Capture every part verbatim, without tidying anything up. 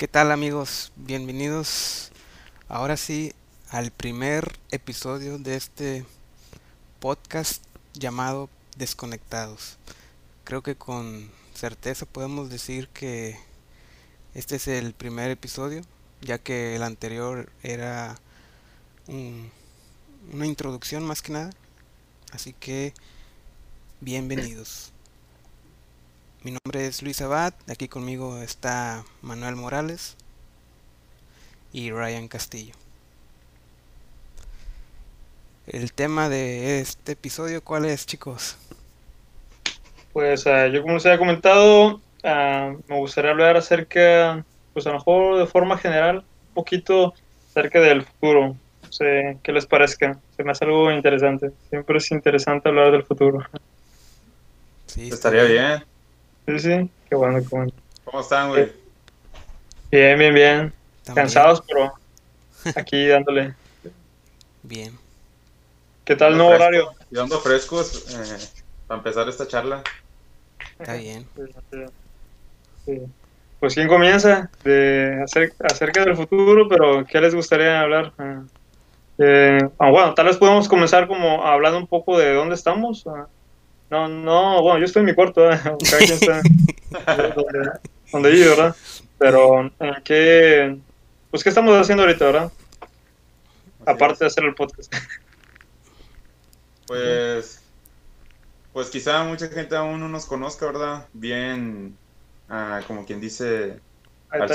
¿Qué tal amigos? Bienvenidos ahora sí al primer episodio de este podcast llamado Desconectados. Creo que con certeza podemos decir que este es el primer episodio, ya que el anterior era un- una introducción más que nada. Así que bienvenidos. Mi nombre es Luis Abad, aquí conmigo está Manuel Morales y Ryan Castillo. El tema de este episodio, ¿cuál es, chicos? Pues ah, yo como les había comentado, ah, me gustaría hablar acerca, pues a lo mejor de forma general, un poquito acerca del futuro. No sé qué les parezca. Se me hace algo interesante. Siempre es interesante hablar del futuro. Sí, está Estaría bien, bien. Sí, sí, qué bueno, qué bueno. ¿Cómo están, Eh, güey? Bien, bien, bien. también, Cansados, pero aquí dándole. bien, ¿Qué Yo tal el ando nuevo fresco, horario? yo ando frescos eh, para empezar esta charla. está bien. Sí, sí, sí. Pues ¿quién comienza de acer- acerca del futuro? Pero ¿qué les gustaría hablar? Ah, Eh, ah, bueno, tal vez podemos comenzar como hablando un poco de dónde estamos. Ah, no, no, bueno, yo estoy en mi cuarto, ¿eh? Cada quien está donde, donde vive, ¿verdad? Sí, Pero, eh, ¿qué, pues, ¿qué estamos haciendo ahorita, verdad? Así Aparte es. de hacer el podcast. ujú, Pues, pues quizá mucha gente aún no nos conozca, ¿verdad? Bien, ah, como quien dice, A al cien, detalle. ¿verdad? Pero pues todos obviamente tenemos un trabajo, ¿va?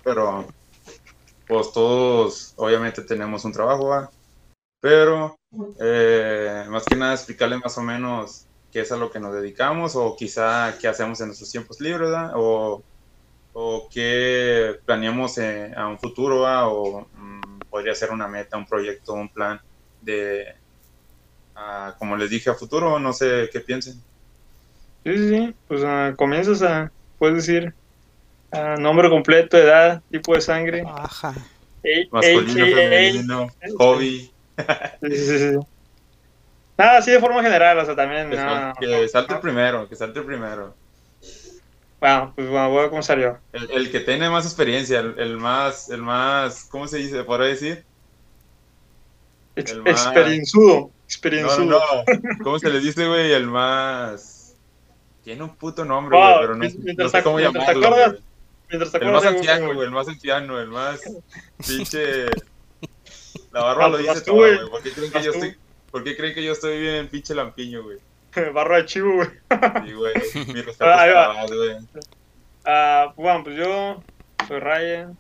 Obviamente tenemos un trabajo, ¿va? Pero eh, más que nada explicarle más o menos qué es a lo que nos dedicamos o quizá qué hacemos en nuestros tiempos libres, ¿verdad? O o qué planeamos eh, a un futuro, ¿va? O mm, podría ser una meta, un proyecto, un plan de, ah, como les dije, a futuro, no sé qué piensen. Sí, sí, sí. Pues ah, comienzas a, puedes decir, ah, nombre completo, edad, tipo de sangre, ajá, A- Masculino, A K A. femenino, Sí, hobby, sí, sí, sí. Nada, sí, de forma general, o sea, también, que, sal- no, que salte el no. primero, que salte el primero. Bueno, pues bueno, voy a comenzar yo. El, el que tiene más experiencia, el, el más, el más, ¿cómo se dice? ¿Podría decir? Ex- El más, Experienzudo, no, no, no, experienzudo. ¿cómo se le dice, güey? El más, tiene un puto nombre, güey, Wow, pero no, sé- no mientras, sé te- cómo mientras te llamarlo, acuerdas, güey. mientras te El acuerdas, más ahí voy, ahí anciano, voy. güey, el más anciano, el más pinche. La barba Ah, lo pues vas dice tú, todo, güey. güey. ¿Por qué creen que Vas yo tú. estoy, por qué creen que yo estoy bien pinche lampiño, güey? Barra de chivo, güey. Sí, güey. Mis Ah, respetos ahí para va. Bad, güey. Ah, bueno, pues yo soy Ryan.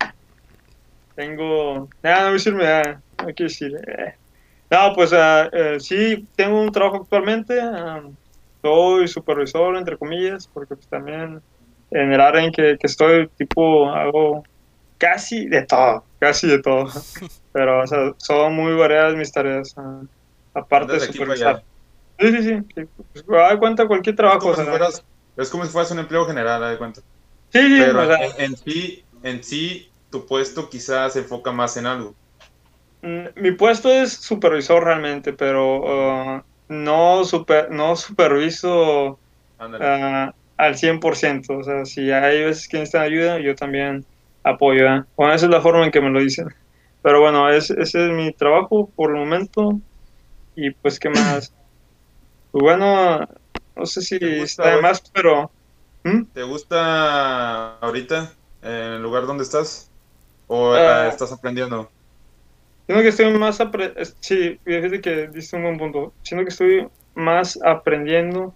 Tengo. Nada, no voy a decir mi edad. No quiero decir. eh. No, pues ah, eh, sí, tengo un trabajo actualmente. ah, soy supervisor, entre comillas, porque pues también en el área en que, que estoy, tipo, hago casi de todo, casi de todo. Pero, o sea, son muy variadas mis tareas, ah, aparte Andas de de aquí para supervisar. allá. Sí, sí, sí. Sí, pues, da cuenta cualquier Es trabajo, o como si sea. fueras, es como si fueras un empleo general, haz de cuenta. Sí, sí, Pero o en, sea, en sí, en sí, tu puesto quizás se enfoca más en algo. mm, mi puesto es supervisor realmente, pero ah, no, super, no superviso Ándale. ah, al cien por ciento. O sea, si hay veces que necesitan ayuda, yo también apoyo. ¿eh? Bueno, esa es la forma en que me lo dicen. Pero bueno, es, ese es mi trabajo por el momento. Y pues, ¿qué más? Pues bueno, no sé si ¿Te gusta, está de güey? más, pero ¿hmm? ¿Te gusta ahorita en el lugar donde estás? ¿O ah, Ah, estás aprendiendo? siento que estoy más apre- es- sí, fíjate que diste un buen punto. Siento que estoy más aprendiendo.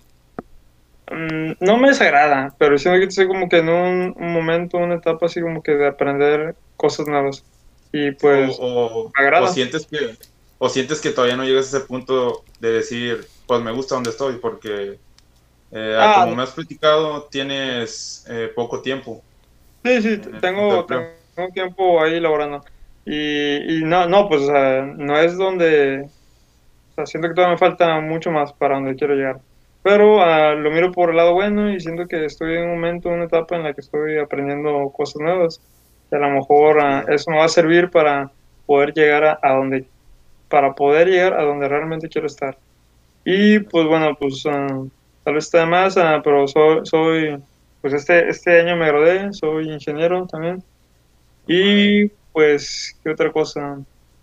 Mm, no me desagrada, pero siento que estoy como que en un, un momento, una etapa así como que de aprender cosas nuevas. Y O, pues o, me o agrada. sientes que, o sientes que todavía no llegas a ese punto de decir, pues me gusta donde estoy, porque eh, Ah, como me has platicado, tienes eh, poco tiempo sí, sí, en, el- en tu tengo, empleo. tengo tiempo ahí laborando. Y, y no, no, pues o sea, no es donde, o sea, siento que todavía me falta mucho más para donde quiero llegar. Pero ah, lo miro por el lado bueno y siento que estoy en un momento, una etapa en la que estoy aprendiendo cosas nuevas. Y a lo mejor ah, Chido. eso me va a servir para poder llegar a, a donde, para poder llegar a donde realmente quiero estar. Y pues bueno, pues ah, tal vez está de más, ah, pero soy, soy, pues este, este año me gradué, soy ingeniero también. Y pues, ¿qué otra cosa?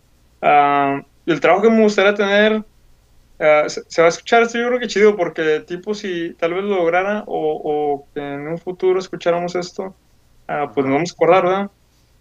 Ah, el trabajo que me gustaría tener, ah, se, se va a escuchar esto yo creo que chido, porque tipo si tal vez lo lograra o, o que en un futuro escucháramos esto, ah, pues nos Ajá. vamos a acordar, ¿verdad?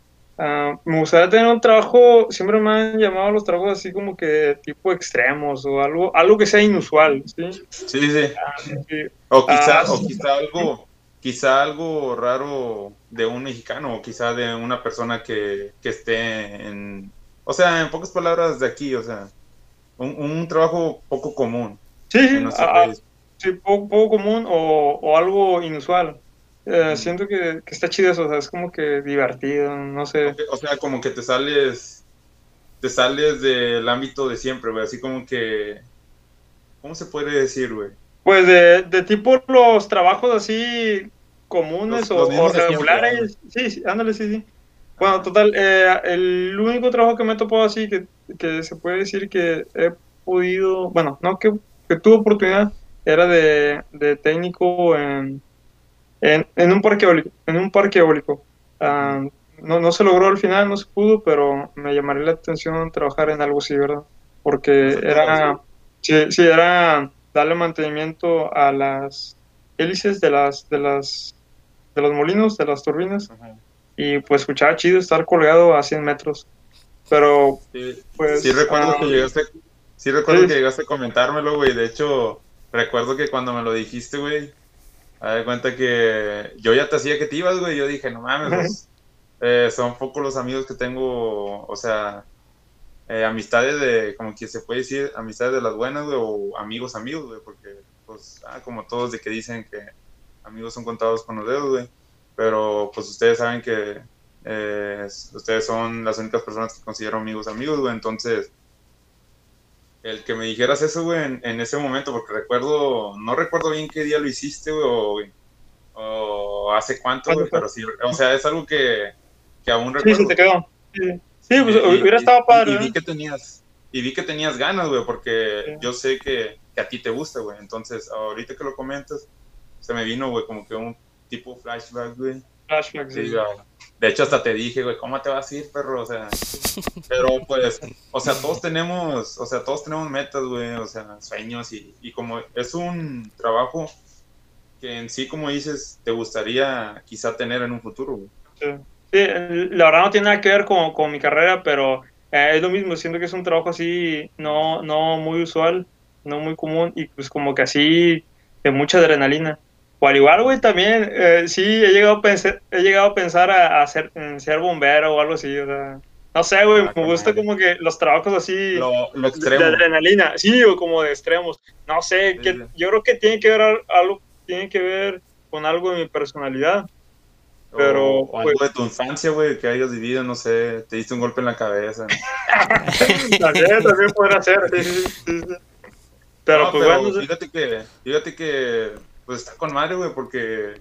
Ah, me gustaría tener un trabajo, siempre me han llamado los trabajos así como que tipo extremos o algo, algo que sea inusual, ¿sí? Sí, sí. Sí. O Ah, quizá, o quizá algo, quizá algo raro de un mexicano, o quizá de una persona que, que esté en, o sea, en pocas palabras de aquí, o sea, un, un trabajo poco común sí, en sí, nuestro ah, país. sí, poco, poco común o, o algo inusual. Eh, Ujú. siento que, que está chido eso, o sea, es como que divertido, no O, sé. que- o sea, como que te sales, te sales del ámbito de siempre, güey, así como que, ¿cómo se puede decir, güey? Pues de, de tipo los trabajos así comunes Los, o, los o mismos de siempre, anda. regulares, sí, sí, ándale, sí, sí. Bueno, Ajá. total, eh, el único trabajo que me he topado así que, que se puede decir que he podido, bueno, no que, que tuve oportunidad, era de, de técnico en, en, en un parque eólico, en un parque eólico. Ujú. Ah, no, no se logró al final, no se pudo, pero me llamaría la atención trabajar en algo así, ¿verdad? Porque Más actuado. era, sí, sí, era darle mantenimiento a las hélices de las, de las, de los molinos, de las turbinas, Ajá. y pues escuchaba chido estar colgado a cien metros. Pero, Sí, sí pues, ah, recuerdo que llegaste, sí recuerdo sí, que llegaste a comentármelo, güey. De hecho, recuerdo que cuando me lo dijiste, güey, haz de cuenta que yo ya te hacía que te ibas, güey. Yo dije, no mames, los, eh, son pocos los amigos que tengo, o sea, eh, amistades de, como que se puede decir, amistades de las buenas, güey, o amigos, amigos, güey, porque, pues, ah, como todos de que dicen que amigos son contados con los dedos, güey. Pero, pues, ustedes saben que eh, ustedes son las únicas personas que considero amigos, amigos, güey. Entonces, el que me dijeras eso, güey, en, en ese momento, porque recuerdo, no recuerdo bien qué día lo hiciste, güey, o, o hace cuánto, ¿cuándo güey, fue? pero sí, o sea, es algo que, que aún Sí, se te recuerdo. quedó. Sí, Sí, sí, pues y, hubiera y, estado y, padre, y vi ¿eh? que tenías, y vi que tenías ganas, güey, porque Sí. yo sé que, que a ti te gusta, güey. Entonces, ahorita que lo comentas, se me vino, güey, como que un tipo flashback, güey. Flashback, Sí, sí. ya. De hecho, hasta te dije, güey, ¿cómo te vas a ir, perro? O sea, pero pues, o sea, todos tenemos, o sea, todos tenemos metas, güey, o sea, sueños y, y como es un trabajo que en sí, como dices, te gustaría quizá tener en un futuro, güey. Sí, sí, la verdad no tiene nada que ver con, con mi carrera, pero eh, es lo mismo, siento que es un trabajo así no, no muy usual, no muy común y pues como que así de mucha adrenalina. O al igual, güey, también eh, sí he llegado a pensar, he llegado a pensar a, a ser, en ser bombero o algo así, o sea, no sé, güey, Ah, me con gusta madre. como que los trabajos así de, Lo, lo de extremo. adrenalina, sí, o como de extremos, no sé, Sí, que, sí. yo creo que tiene que ver al- algo, tiene que ver con algo de mi personalidad, O, pero o pues algo de tu infancia, güey, que hayas vivido, no sé, te diste un golpe en la cabeza. también, también podrá ser, sí, sí, sí, sí. Pero No, pues bueno, pero sí, fíjate que, fíjate que, pues está con madre, güey, porque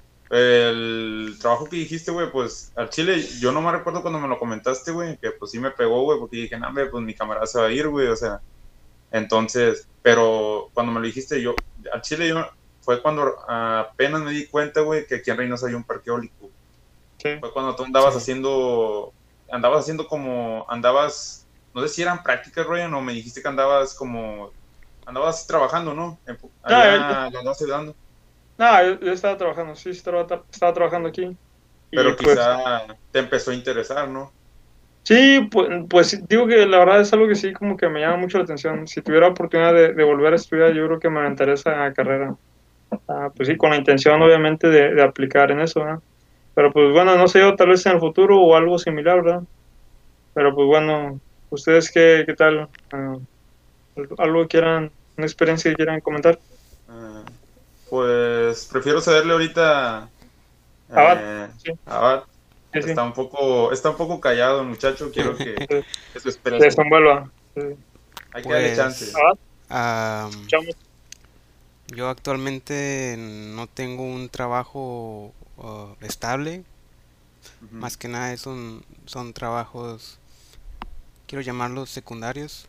el trabajo que dijiste, güey, pues al chile, yo no me recuerdo cuando me lo comentaste, güey, que pues sí me pegó, güey, porque dije, no, hombre, pues mi camarada se va a ir, güey, o sea, entonces, pero cuando me lo dijiste, yo, al chile, yo, fue cuando apenas me di cuenta, güey, que aquí en Reynosa hay un parque eólico. sí. Fue cuando tú andabas Sí. haciendo, andabas haciendo como, andabas, no sé si eran prácticas, Ryan, o me dijiste que andabas como, andabas trabajando, ¿no? En- No, yo, allá lo andabas ayudando, no, yo, yo estaba trabajando, sí, estaba, tra- estaba trabajando aquí. Y pero pues, quizá te empezó a interesar, ¿no? sí, pues, pues digo que la verdad es algo que sí, como que me llama mucho la atención. Si tuviera oportunidad de, de volver a estudiar, yo creo que me aventaría esa carrera. Ah, pues sí, con la intención, obviamente, de, de aplicar en eso, ¿verdad? Pero pues bueno, no sé yo, tal vez en el futuro o algo similar, ¿verdad? Pero pues bueno, ¿ustedes qué, qué tal? Ah, ¿algo que quieran, una experiencia que quieran comentar? Eh, pues prefiero cederle ahorita Abad, eh, sí, a Bart. sí, sí. Está un poco, está un poco callado el muchacho, quiero que, Se que se se exprese. desenvuelva. Sí. Hay que darle chance. Pues Abad, am, escuchamos. yo actualmente no tengo un trabajo uh, estable. Ujú, Más que nada es un- son trabajos, quiero llamarlos secundarios.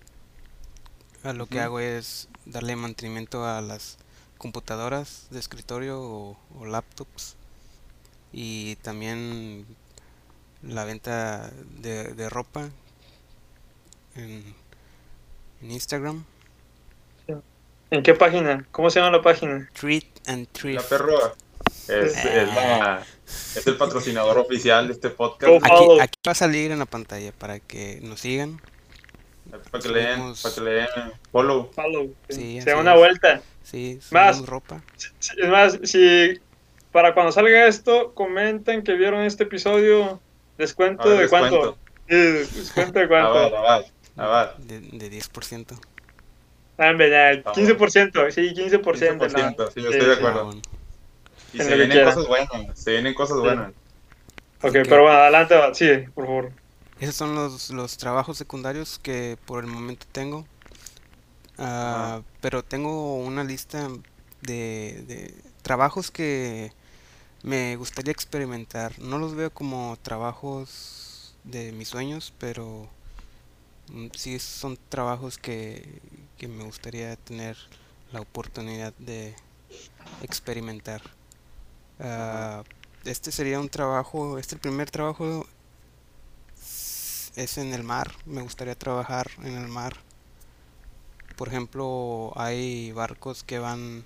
A lo que ujú, hago es darle mantenimiento a las computadoras de escritorio o, o laptops. Y también la venta de, de ropa en, en Instagram. ¿En qué página? ¿Cómo se llama la página? Treat and La Thrift. perro es, es, la, es el patrocinador oficial de este Go podcast. Aquí, follow. aquí va a salir en la pantalla para que nos sigan. Para que le den, Subimos- para que le den follow. Follow. Sí, Sí, así se da una es. vuelta. Sí, Más. subimos ropa. Sí, es más, si para cuando salga esto, comentan que vieron este episodio, ¿descuento A ver, de cuánto? descuento. Sí, ¿descuento de A cuánto? ver, a ver, a ver. De, de diez por ciento. Ah, hombre, ya, Está quince por ciento, sí, quince por quince ciento. por ciento, no. sí, yo estoy de acuerdo. Ah, bueno. Y En se lo que vienen quiera. cosas buenas, se vienen cosas Sí. buenas. Ok, Así que- pero bueno, adelante, va. Sí, por favor. Esos son los, los trabajos secundarios que por el momento tengo. Ah, Ajá. pero tengo una lista de, de trabajos que me gustaría experimentar. No los veo como trabajos de mis sueños, pero mm, sí son trabajos que, que me gustaría tener la oportunidad de experimentar. Ah, este sería un trabajo, este primer trabajo s- es en el mar. Me gustaría trabajar en el mar. Por ejemplo, hay barcos que van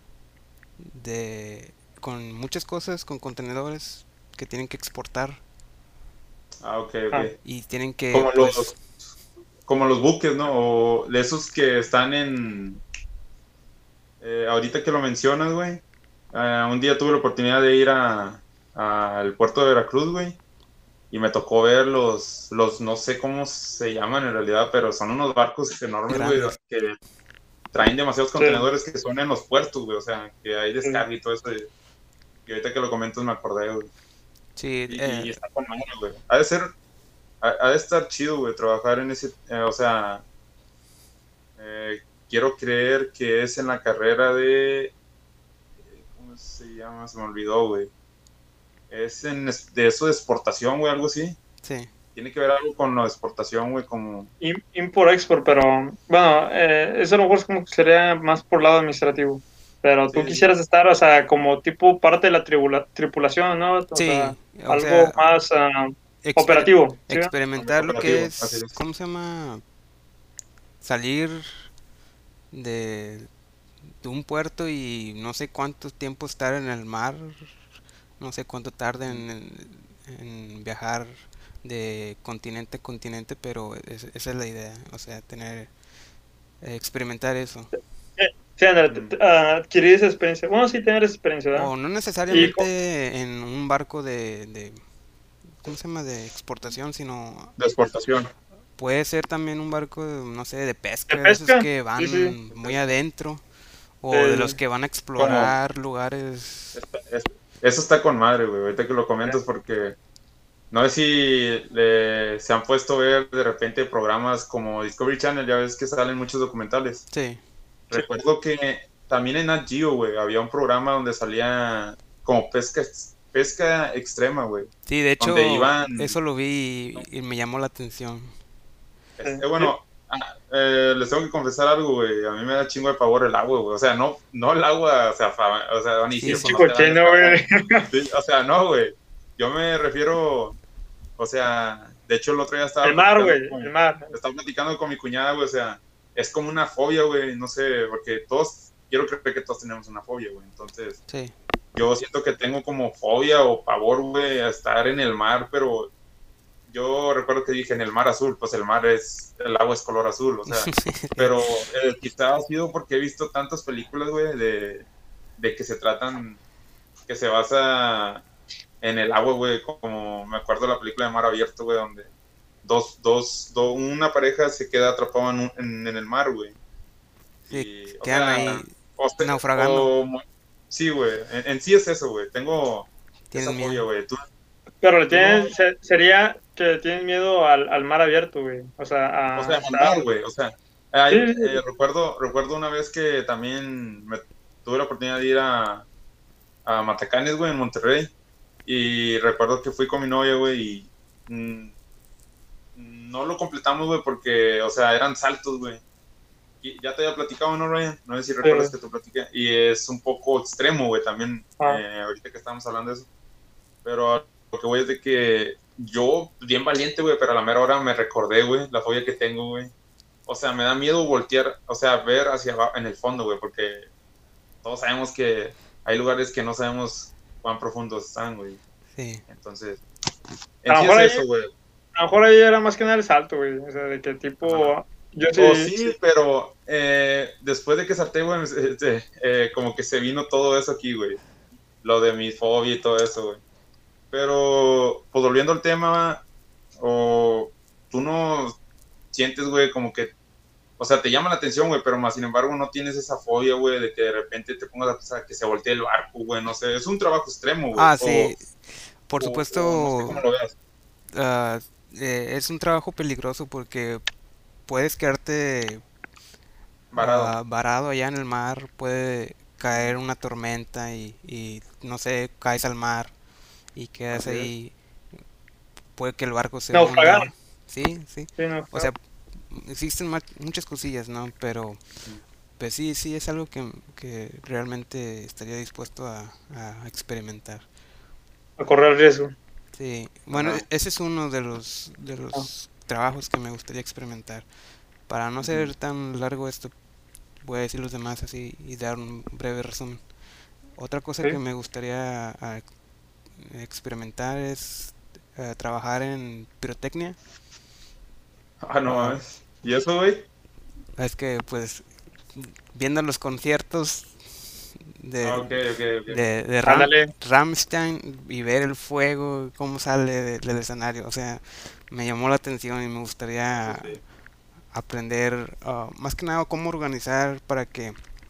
de con muchas cosas, con contenedores que tienen que exportar Ah, ok, Ah. ok. y tienen que Como pues los, como los buques, ¿no? O de esos que están en... eh, ahorita que lo mencionas, güey. eh, un día tuve la oportunidad de ir a al puerto de Veracruz, güey. Y me tocó ver los, los, no sé cómo se llaman en realidad, pero son unos barcos enormes, güey, grandes. que traen demasiados Sí. contenedores que son en los puertos, güey. O sea, que hay Sí. descarga y todo eso. Y, y ahorita que lo comentas me acordé, güey. Sí, Y, eh, y está con madre, güey. Ha de ser, ha, ha de estar chido, güey, trabajar en ese, eh, o sea, eh, quiero creer que es en la carrera de, ¿cómo se llama? Se me olvidó, güey. Es en, es- de eso de exportación, güey, algo así. sí. Tiene que ver algo con la exportación, güey, como... Im- Import-export, pero bueno, eh, eso a lo mejor es como que sería más por lado administrativo. Pero tú Sí, sí. quisieras estar, o sea, como tipo parte de la tribula- tripulación, ¿no? O Sí, sea, o algo sea, más ah, exper- operativo. ¿sí? experimentar lo Operativo, que así es, es. ¿cómo se llama? Salir de, de un puerto y no sé cuánto tiempo estar en el mar, no sé cuánto tarden en, en viajar de continente a continente, pero es- esa es la idea, o sea, tener, eh, experimentar eso. Eh, sí, Andrea, te- Mm. te- ah, adquirir esa experiencia. Bueno, sí, tener esa experiencia, ¿verdad? O no Y co- necesariamente en un barco de, de, ¿cómo se llama? De exportación, sino De exportación. puede ser también un barco, de, no sé, de ¿de pesca, de esos pesca? que Sí, van sí. muy adentro, o de los Eh, que van a Como, explorar lugares. es- es- eso está con madre, güey, ahorita que lo comentas, porque no sé si le- se han puesto a ver de repente programas como Discovery Channel, ya ves que salen muchos documentales. Sí, Recuerdo que también en Nat Geo, güey, había un programa donde salía como pesca, ex- pesca extrema, güey, sí, de donde hecho, iban... eso lo vi y, y me llamó la atención. Este, bueno, ah, eh, les tengo que confesar algo, güey. A mí me da chingo de pavor el agua, güey. O sea, no, no el agua, o sea, fa- o sea, ni Sí, si sí. eso no te dan Chicochino, güey. escapar. Sí, o sea, no, güey. Yo me refiero, o sea, de hecho el otro día estaba El mar, platicando güey, con, el mar. estaba platicando con mi cuñada, güey. O sea, es como una fobia, güey. No sé, porque todos, quiero creer que todos tenemos una fobia, güey. Entonces, Sí, yo siento que tengo como fobia o pavor, güey, a estar en el mar, pero yo recuerdo que dije en el mar azul, pues el mar es, el agua es color azul, o sea, pero eh, quizá ha sido porque he visto tantas películas, güey, de, de que se tratan, que se basa en el agua, güey, como me acuerdo de la película de Mar Abierto, güey, donde dos, dos, do- una pareja se queda atrapada en, un- en, en el mar, güey. sí, Y, o quedan sea, ahí o se- naufragando, o mu- sí, güey, en, en sí es eso, güey, tengo esa tienen fobia, miedo. güey. ¿Tú, Pero le tú no? tienen, se- sería que tienen miedo al, al mar abierto, güey. O sea, O a sea, al estar. mar, güey, o sea, hay- Sí, sí, eh, sí. recuerdo, recuerdo una vez que también me tuve la oportunidad de ir a, a Matacanes, güey, en Monterrey, y recuerdo que fui con mi novia, güey, y mm, no lo completamos, güey, porque, o sea, eran saltos, güey. Y ya te había platicado, ¿no, Ryan? No sé si recuerdas que te platiqué. Y es un poco extremo, güey, también, Ah. eh, ahorita que estamos hablando de eso. Pero lo que voy es de que yo, bien valiente, güey, pero a la mera hora me recordé, güey, la fobia que tengo, güey. O sea, me da miedo voltear, o sea, ver hacia abajo, en el fondo, güey, porque todos sabemos que hay lugares que no sabemos cuán profundos están, güey. Sí. Entonces, A en lo sí mejor es ahí, eso, güey. a lo mejor ahí era más que nada el salto, güey. O sea, de que tipo, Ajá. yo O sí, sí, sí, pero eh, después de que salté, güey, este, eh, como que se vino todo eso aquí, güey. Lo de mi fobia y todo eso, güey. Pero, pues volviendo al tema, o tú no sientes, güey, como que, o sea, te llama la atención, güey, pero más sin embargo no tienes esa fobia, güey, de que de repente te pongas a pensar que se voltee el barco, güey, no sé, es un trabajo extremo, güey, Ah, o, sí, por o, o no sé supuesto, cómo lo veas. ah, eh, es un trabajo peligroso porque puedes quedarte Varado. ah, varado allá en el mar, puede caer una tormenta y, y, no sé, caes al mar y quedas Así es. ahí, puede que el barco se naufragar. hunda. Sí, sí. Sí, O naufragar. sea, existen ma- muchas cosillas, ¿no? Pero pues sí, sí es algo que, que realmente estaría dispuesto a, a experimentar. A correr el riesgo. Sí, bueno, e- Ajá. ese es uno de los de Ah, los trabajos que me gustaría experimentar. Para no Ujú. ser tan largo esto, voy a decir los demás así y dar un breve resumen. Otra cosa que sí. me gustaría ah, experimentar es eh, trabajar en pirotecnia. Ah, no Ah, mames. ¿Y eso, güey? es que pues viendo los conciertos Ah, de, ok, ok, ok. de, de Ram, Ándale. Rammstein y ver el fuego, cómo sale de- del escenario, o sea, me llamó la atención y me Eso gustaría sí. aprender ah, más que nada cómo organizar para que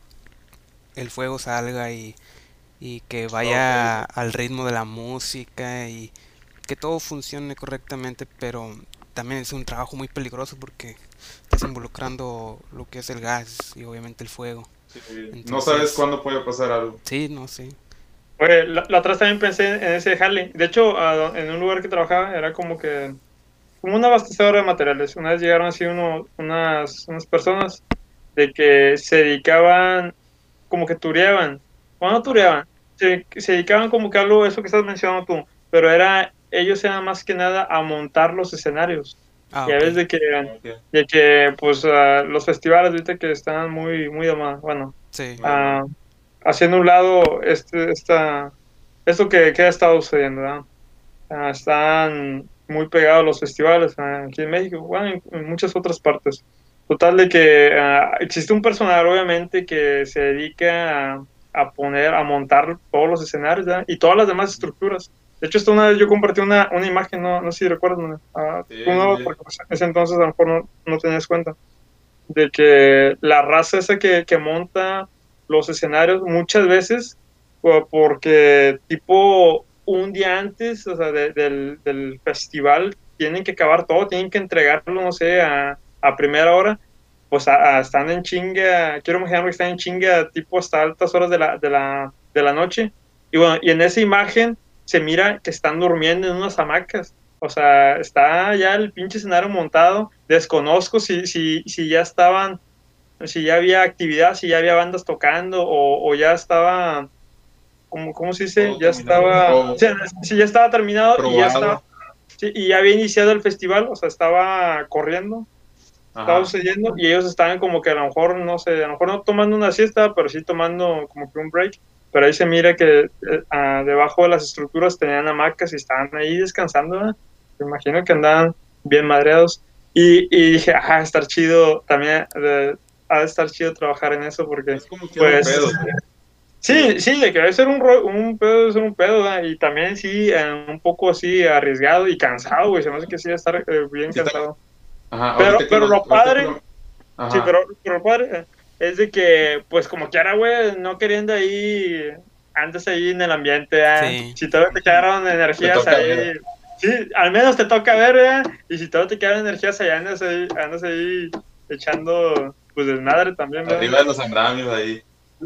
el fuego salga y, y que Ok, vaya ok. al ritmo de la música y que todo funcione correctamente, pero también es un trabajo muy peligroso porque estás involucrando lo que es el gas y obviamente el fuego. Sí. No sabes Entonces, cuándo puede pasar algo. sí, no sé. Oye, la, la otra vez también pensé en ese jale. De hecho, a do- en un lugar que trabajaba era como que, como un abastecedor de materiales. Una vez llegaron así uno, unas, unas personas de que se dedicaban, como que tureaban. Bueno, no Ajá. tureaban, se, se dedicaban como que a algo, eso que estás mencionando tú, pero era, ellos eran más que nada a montar los escenarios. Ah, Y a ok. veces de que, Ok. de que pues, ah, los festivales ahorita que están muy, muy de moda, bueno, Sí. Muy de ah, moda. haciendo a un lado este, esta, esto que, que ha estado sucediendo, ¿verdad? Ah, están muy pegados los festivales ah, aquí en México, bueno, en, en muchas otras partes. Total de que ah, existe un personal, obviamente, que se dedica a, a poner, a montar todos los escenarios, ¿verdad? Y todas las demás estructuras. De hecho, esta una vez yo compartí una, una imagen, no, no sé si recuerdas, ¿no? Ah, Sí, tú sí, no, sí. porque pues, en ese entonces a lo mejor no, no tenías cuenta de que la raza esa que, que monta los escenarios muchas veces, o porque tipo un día antes, o sea, de- del, del festival, tienen que acabar todo, tienen que entregarlo, no sé, a, a primera hora, pues a- a- están en chinga, quiero imaginarme que están en chinga tipo hasta altas horas de la, de la, de la noche. Y bueno, y en esa imagen se mira que están durmiendo en unas hamacas. O sea, está ya el pinche escenario montado. Desconozco si, si, si ya estaban, si ya había actividad, si ya había bandas tocando o, o ya estaba, ¿cómo, cómo se dice? Todo Ya terminado. estaba, O si, si ya estaba terminado y ya estaba, probado. sí, y ya había iniciado el festival, o sea, estaba corriendo, estaba Ajá. sucediendo y ellos estaban como que a lo mejor, no sé, a lo mejor no tomando una siesta, pero sí tomando como que un break. Pero ahí se mira que eh, ah, debajo de las estructuras tenían hamacas y estaban ahí descansando. ¿Eh? Me imagino que andaban bien madreados. Y, y dije, ah, estar chido también, eh, ha de estar chido trabajar en eso porque, Es como que era un pues, pedo, güey. sí, sí, de que debe ser un, ro- un pedo, debe ser un pedo, ¿verdad? Y también sí, eh, un poco así arriesgado y cansado, güey, se me hace que sí, debe estar eh, bien Sí, te- cansado. Ajá, Pero, ahorita que pero lo, lo ahorita que padre lo, sí, ajá, pero, pero padre, eh, es de que, pues como quiera, güey, no queriendo ahí, andas ahí en el ambiente, ¿eh? Sí. Si todavía te quedaron te energías toca ahí, ver. sí, al menos te toca ver, ¿eh? Y si todavía te quedan energías ahí, andas ahí, andas ahí echando, pues desmadre también, ¿verdad? Arriba de los andamios ahí.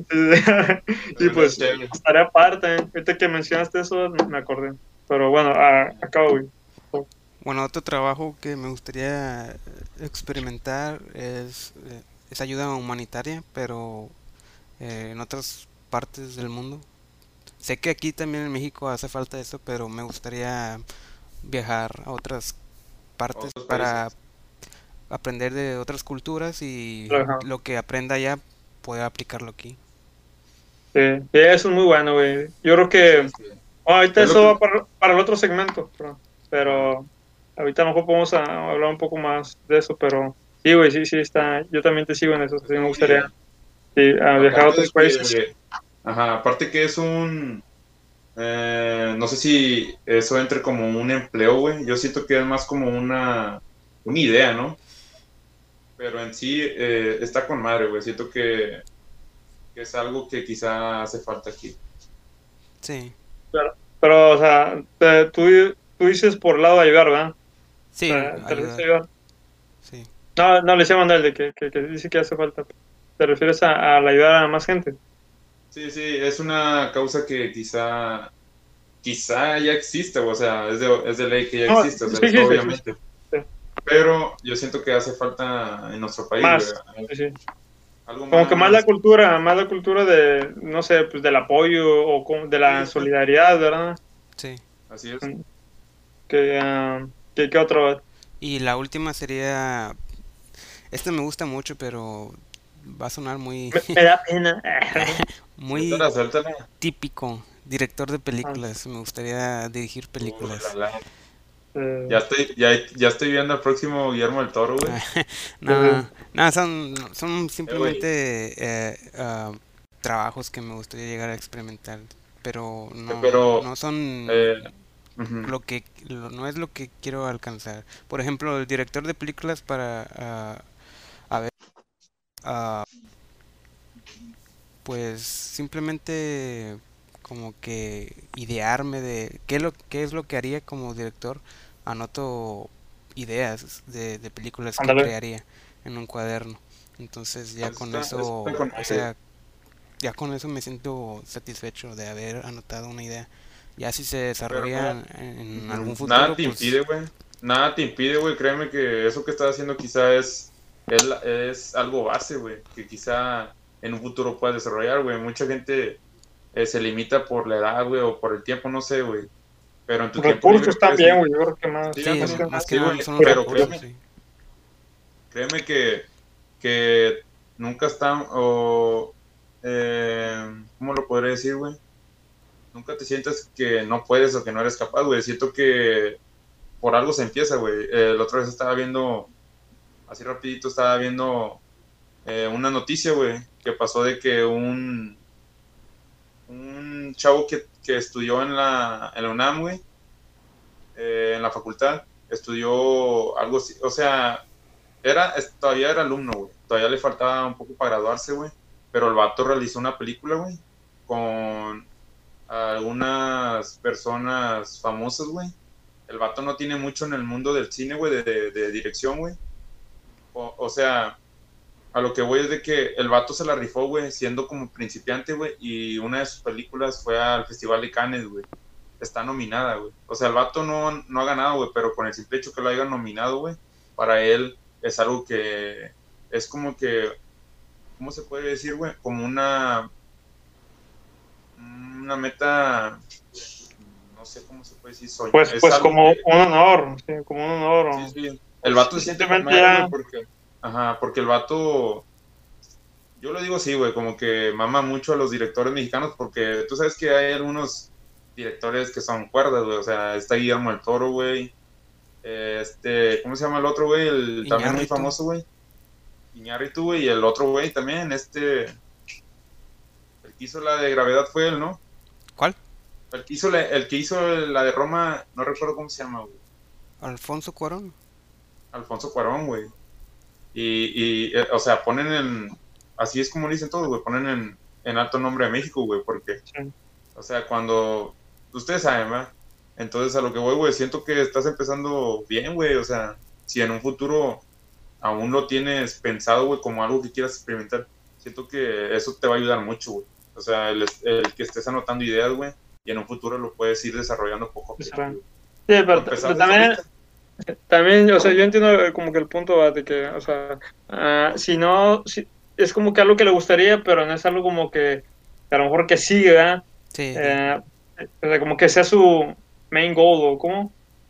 Y Pero es pues, chévere. estaría padre también, ahorita que mencionaste eso, me acordé. Pero bueno, a- acabo, güey. Bueno, otro trabajo que me gustaría experimentar es, eh, es ayuda humanitaria, pero eh, en otras partes del mundo. Sé que aquí también en México hace falta eso, pero me gustaría viajar a otras partes Otros para países. aprender de otras culturas y Ajá. lo que aprenda allá poder aplicarlo aquí. Sí, sí, eso es muy bueno, güey. Yo creo Sí, que sí. oh, ahorita Es lo eso que... va para, para el otro segmento, pero, Ajá. pero ahorita a lo mejor podemos a- hablar un poco más de eso, pero sí, güey, sí, sí, está. Yo también te sigo en eso, sí, Está me muy gustaría bien. sí, a viajar a Aparte de otros países. que, ajá, aparte que es un, eh, no sé si eso entre como un empleo, güey. Yo siento que es más como una, una idea, ¿no? Pero en sí eh, está con madre, güey. Siento que, que es algo que quizá hace falta aquí. Sí, Pero, pero, o sea, te- tú, tú dices por el lado de ayudar, ¿verdad? O sí, sea, ¿te refieres a ayudar, ayudar? sí. No, no, le decía a Manuel de que, que, que dice que hace falta. ¿Te refieres a, a la ayudar a más gente? Sí, sí, es una causa que quizá, quizá ya existe, o sea, es de, es de ley que ya No, existe, o sea, sí, eso sí, sí, sí, sí, obviamente. sí. Pero yo siento que hace falta en nuestro país, güey, Más, sí, sí. algo Como que más la más. cultura, más la cultura de, no sé, pues del apoyo o como de Sí, la sí, solidaridad, ¿verdad? Sí. así es. Que, ah, que, que otro. Y la última sería, esta me gusta mucho, pero va a sonar muy, Me, me da pena. muy Suéltala, suéltala. típico. Director de Ah, películas, me gustaría dirigir Uh, la, películas. la. Ya eh, estoy, ya, ya estoy viendo al próximo Guillermo del Toro, güey. No, no, son, son Eh, güey. simplemente eh, ah, trabajos que me gustaría llegar a experimentar, pero Eh, no, pero, no son eh, ujú. lo que, lo- no es lo que quiero alcanzar. Por ejemplo, el director de películas para, ah, a ver, ah, pues simplemente como que idearme de qué, lo, qué es lo que haría como director, anoto ideas de, de películas que ándale. crearía en un cuaderno. Entonces ya Eso con está, eso está eso, con o madre. sea, ya con eso me siento satisfecho de haber anotado una idea. Ya si se Pero no, desarrolla en, en algún ujú, nada futuro, te pues impide, güey. Nada te impide, güey. Créeme que eso que estás haciendo quizá es, es, la- es algo base, güey. Que quizá en un futuro puedas desarrollar, güey. Mucha gente eh, se limita por la edad, güey, o por el tiempo, no sé, güey. Pero en tu tiempo libre Recursos puedes también, ir. güey. Yo creo que más, Sí, sí, más ándale. que más nada. que Sí, nada güey. son los Pero Recursos. recursos, créeme, sí. créeme que, que nunca está, o, eh, ¿cómo lo podré decir, güey? Nunca te sientas que no puedes o que no eres capaz, güey. Siento que por algo se empieza, güey. Eh, la otra vez estaba viendo, así rapidito, estaba viendo eh, una noticia, güey, que pasó de que un, un chavo que, que estudió en la, en la UNAM, güey, eh, en la facultad, estudió algo así, o sea, era, es- todavía era alumno, güey, todavía le faltaba un poco para graduarse, güey, pero el vato realizó una película, güey, con algunas personas famosas, güey. El vato no tiene mucho en el mundo del cine, güey, de, de, de dirección, güey. O, o sea, a lo que voy es de que el vato se la rifó, güey, siendo como principiante, güey, y una de sus películas fue al Festival de Cannes, güey. Está nominada, güey. O sea, el vato no, no ha ganado, güey, pero con el simple hecho que lo hayan nominado, güey, para él es algo que es como que, ¿cómo se puede decir, güey? Como una, una meta, no sé cómo se puede decir, soy, Pues, es pues algo como que, un honor, sí, como un honor. sí, O, sí, o el vato se siente con simplemente madre, güey, ya. porque, ajá, porque el vato, yo lo digo así, güey, como que mama mucho a los directores mexicanos, porque tú sabes que hay algunos directores que son cuerdas, güey, o sea, está Guillermo del Toro, güey, eh, este, ¿cómo se llama el otro, güey? El también muy Iñárritu, famoso, güey, Iñárritu, güey, y el otro, güey, también, este, el que hizo la de Gravedad fue él, ¿no? ¿cuál? El que hizo la, el que hizo la de Roma, no recuerdo cómo se llama, güey, Alfonso Cuarón. Alfonso Cuarón, güey. Y, y eh, o sea, ponen en, así es como dicen todos, güey, ponen en, en alto nombre a México, güey, porque, Sí, o sea, cuando, ustedes saben, ¿verdad? Entonces, a lo que voy, güey, siento que estás empezando bien, güey, o sea, si en un futuro aún lo tienes pensado, güey, como algo que quieras experimentar, siento que eso te va a ayudar mucho, güey. O sea, el, el que estés anotando ideas, güey, y en un futuro lo puedes ir desarrollando poco a sí, poco, será. güey. Sí, O pero, t- empezar pero desde también, ahorita. también, o sea, yo entiendo eh, como que el punto va de que, o sea, ah, si no, si, es como que algo que le gustaría, pero no es algo como que, que a lo mejor que sigue, ¿verdad? Sí, sí. Eh, o sea, como que sea su main goal, ¿o cómo?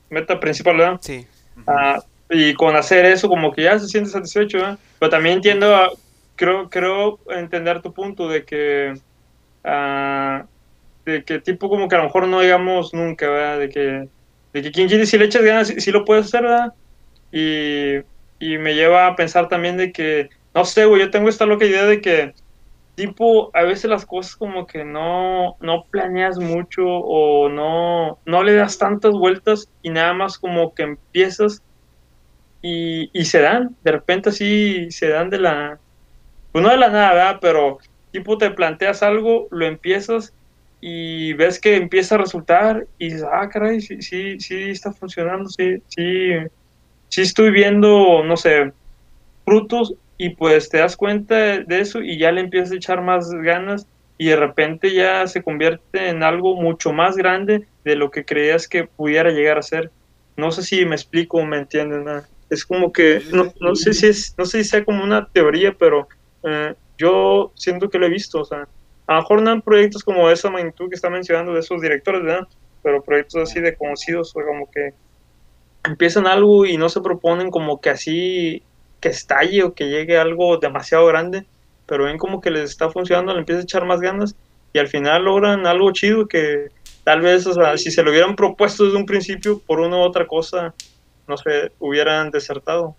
meta principal, ¿verdad? Sí. Ah, y con hacer eso como que ya se siente satisfecho, ¿verdad? Pero también entiendo, ah, creo, creo entender tu punto de que, ah, de que tipo como que a lo mejor no digamos nunca, ¿verdad? De que, de que quien quiere, si le echas ganas, sí, sí lo puedes hacer, ¿verdad? Y, y me lleva a pensar también de que, no sé, güey, yo tengo esta loca idea de que tipo, a veces las cosas como que no, no planeas mucho o no, no le das tantas vueltas y nada más como que empiezas y, y se dan, de repente así se dan de la, pues no de la nada, ¿verdad? Pero tipo te planteas algo, lo empiezas y ves que empieza a resultar y dices, ah, caray, sí, sí, sí está funcionando, sí, sí, sí estoy viendo, no sé, frutos y pues te das cuenta de eso y ya le empiezas a echar más ganas y de repente ya se convierte en algo mucho más grande de lo que creías que pudiera llegar a ser. No sé si me explico o me entienden, ¿no? Es como que, Sí, sí, no, sí. no sé si es, no sé si sea como una teoría, pero eh, yo siento que lo he visto, o sea, a lo mejor no en proyectos como esa magnitud que está mencionando de esos directores, ¿verdad? Pero proyectos así de conocidos, o como que empiezan algo y no se proponen como que así que estalle o que llegue algo demasiado grande, pero ven como que les está funcionando, le empiezan a echar más ganas y al final logran algo chido que tal vez, o sea, si se lo hubieran propuesto desde un principio por una u otra cosa, no sé, hubieran desertado.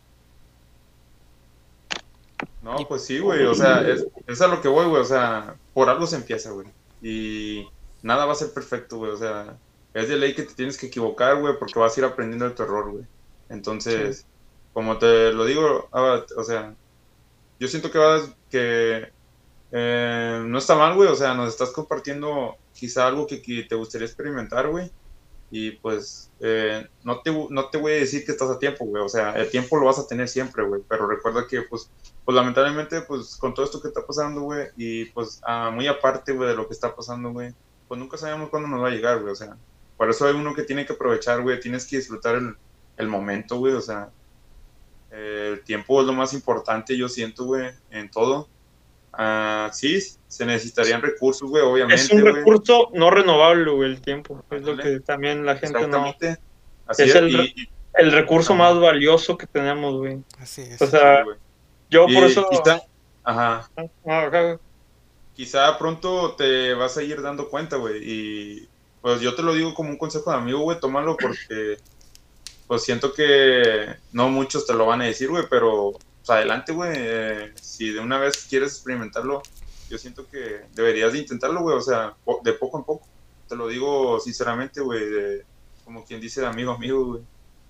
Y No, pues sí, güey, o sea, es, es a lo que voy, güey, o sea, por algo se empieza, güey. Y nada va a ser perfecto, güey, o sea, es de ley que te tienes que equivocar, güey, porque vas a ir aprendiendo de tu error, güey. Sí. Entonces, como te lo digo, ah, o sea, yo siento que vas, que eh, no está mal, güey, o sea, nos estás compartiendo quizá algo que, que te gustaría experimentar, güey. Y pues eh, no, te, no te voy a decir que estás a tiempo, güey. O sea, el tiempo lo vas a tener siempre, güey. Pero recuerda que, pues, pues lamentablemente, pues con todo esto que está pasando, güey, y pues ah, muy aparte, güey, de lo que está pasando, güey, pues nunca sabemos cuándo nos va a llegar, güey. O sea, por eso hay uno que tiene que aprovechar, güey. Tienes que disfrutar el, el momento, güey. O sea, eh, el tiempo es lo más importante, yo siento, güey, en todo. Ah, sí, se necesitarían recursos, güey, Es un obviamente, güey. recurso no renovable, güey, el tiempo. Es lo Ándale, que también la gente no... exactamente. Así Es es. el, re- Y, y el recurso más ajá. valioso que tenemos, güey. así O es. Sí, sea, güey. yo por Y eso... quizá, ajá, ah, ah, quizá pronto te vas a ir dando cuenta, güey. Y pues yo te lo digo como un consejo de amigo, güey, tómalo porque pues siento que no muchos te lo van a decir, güey, pero pues, adelante, güey. Eh, si de una vez quieres experimentarlo, yo siento que deberías de intentarlo, güey. O sea, po- de poco en poco. Te lo digo sinceramente, güey, de, como quien dice de amigo a amigo, güey.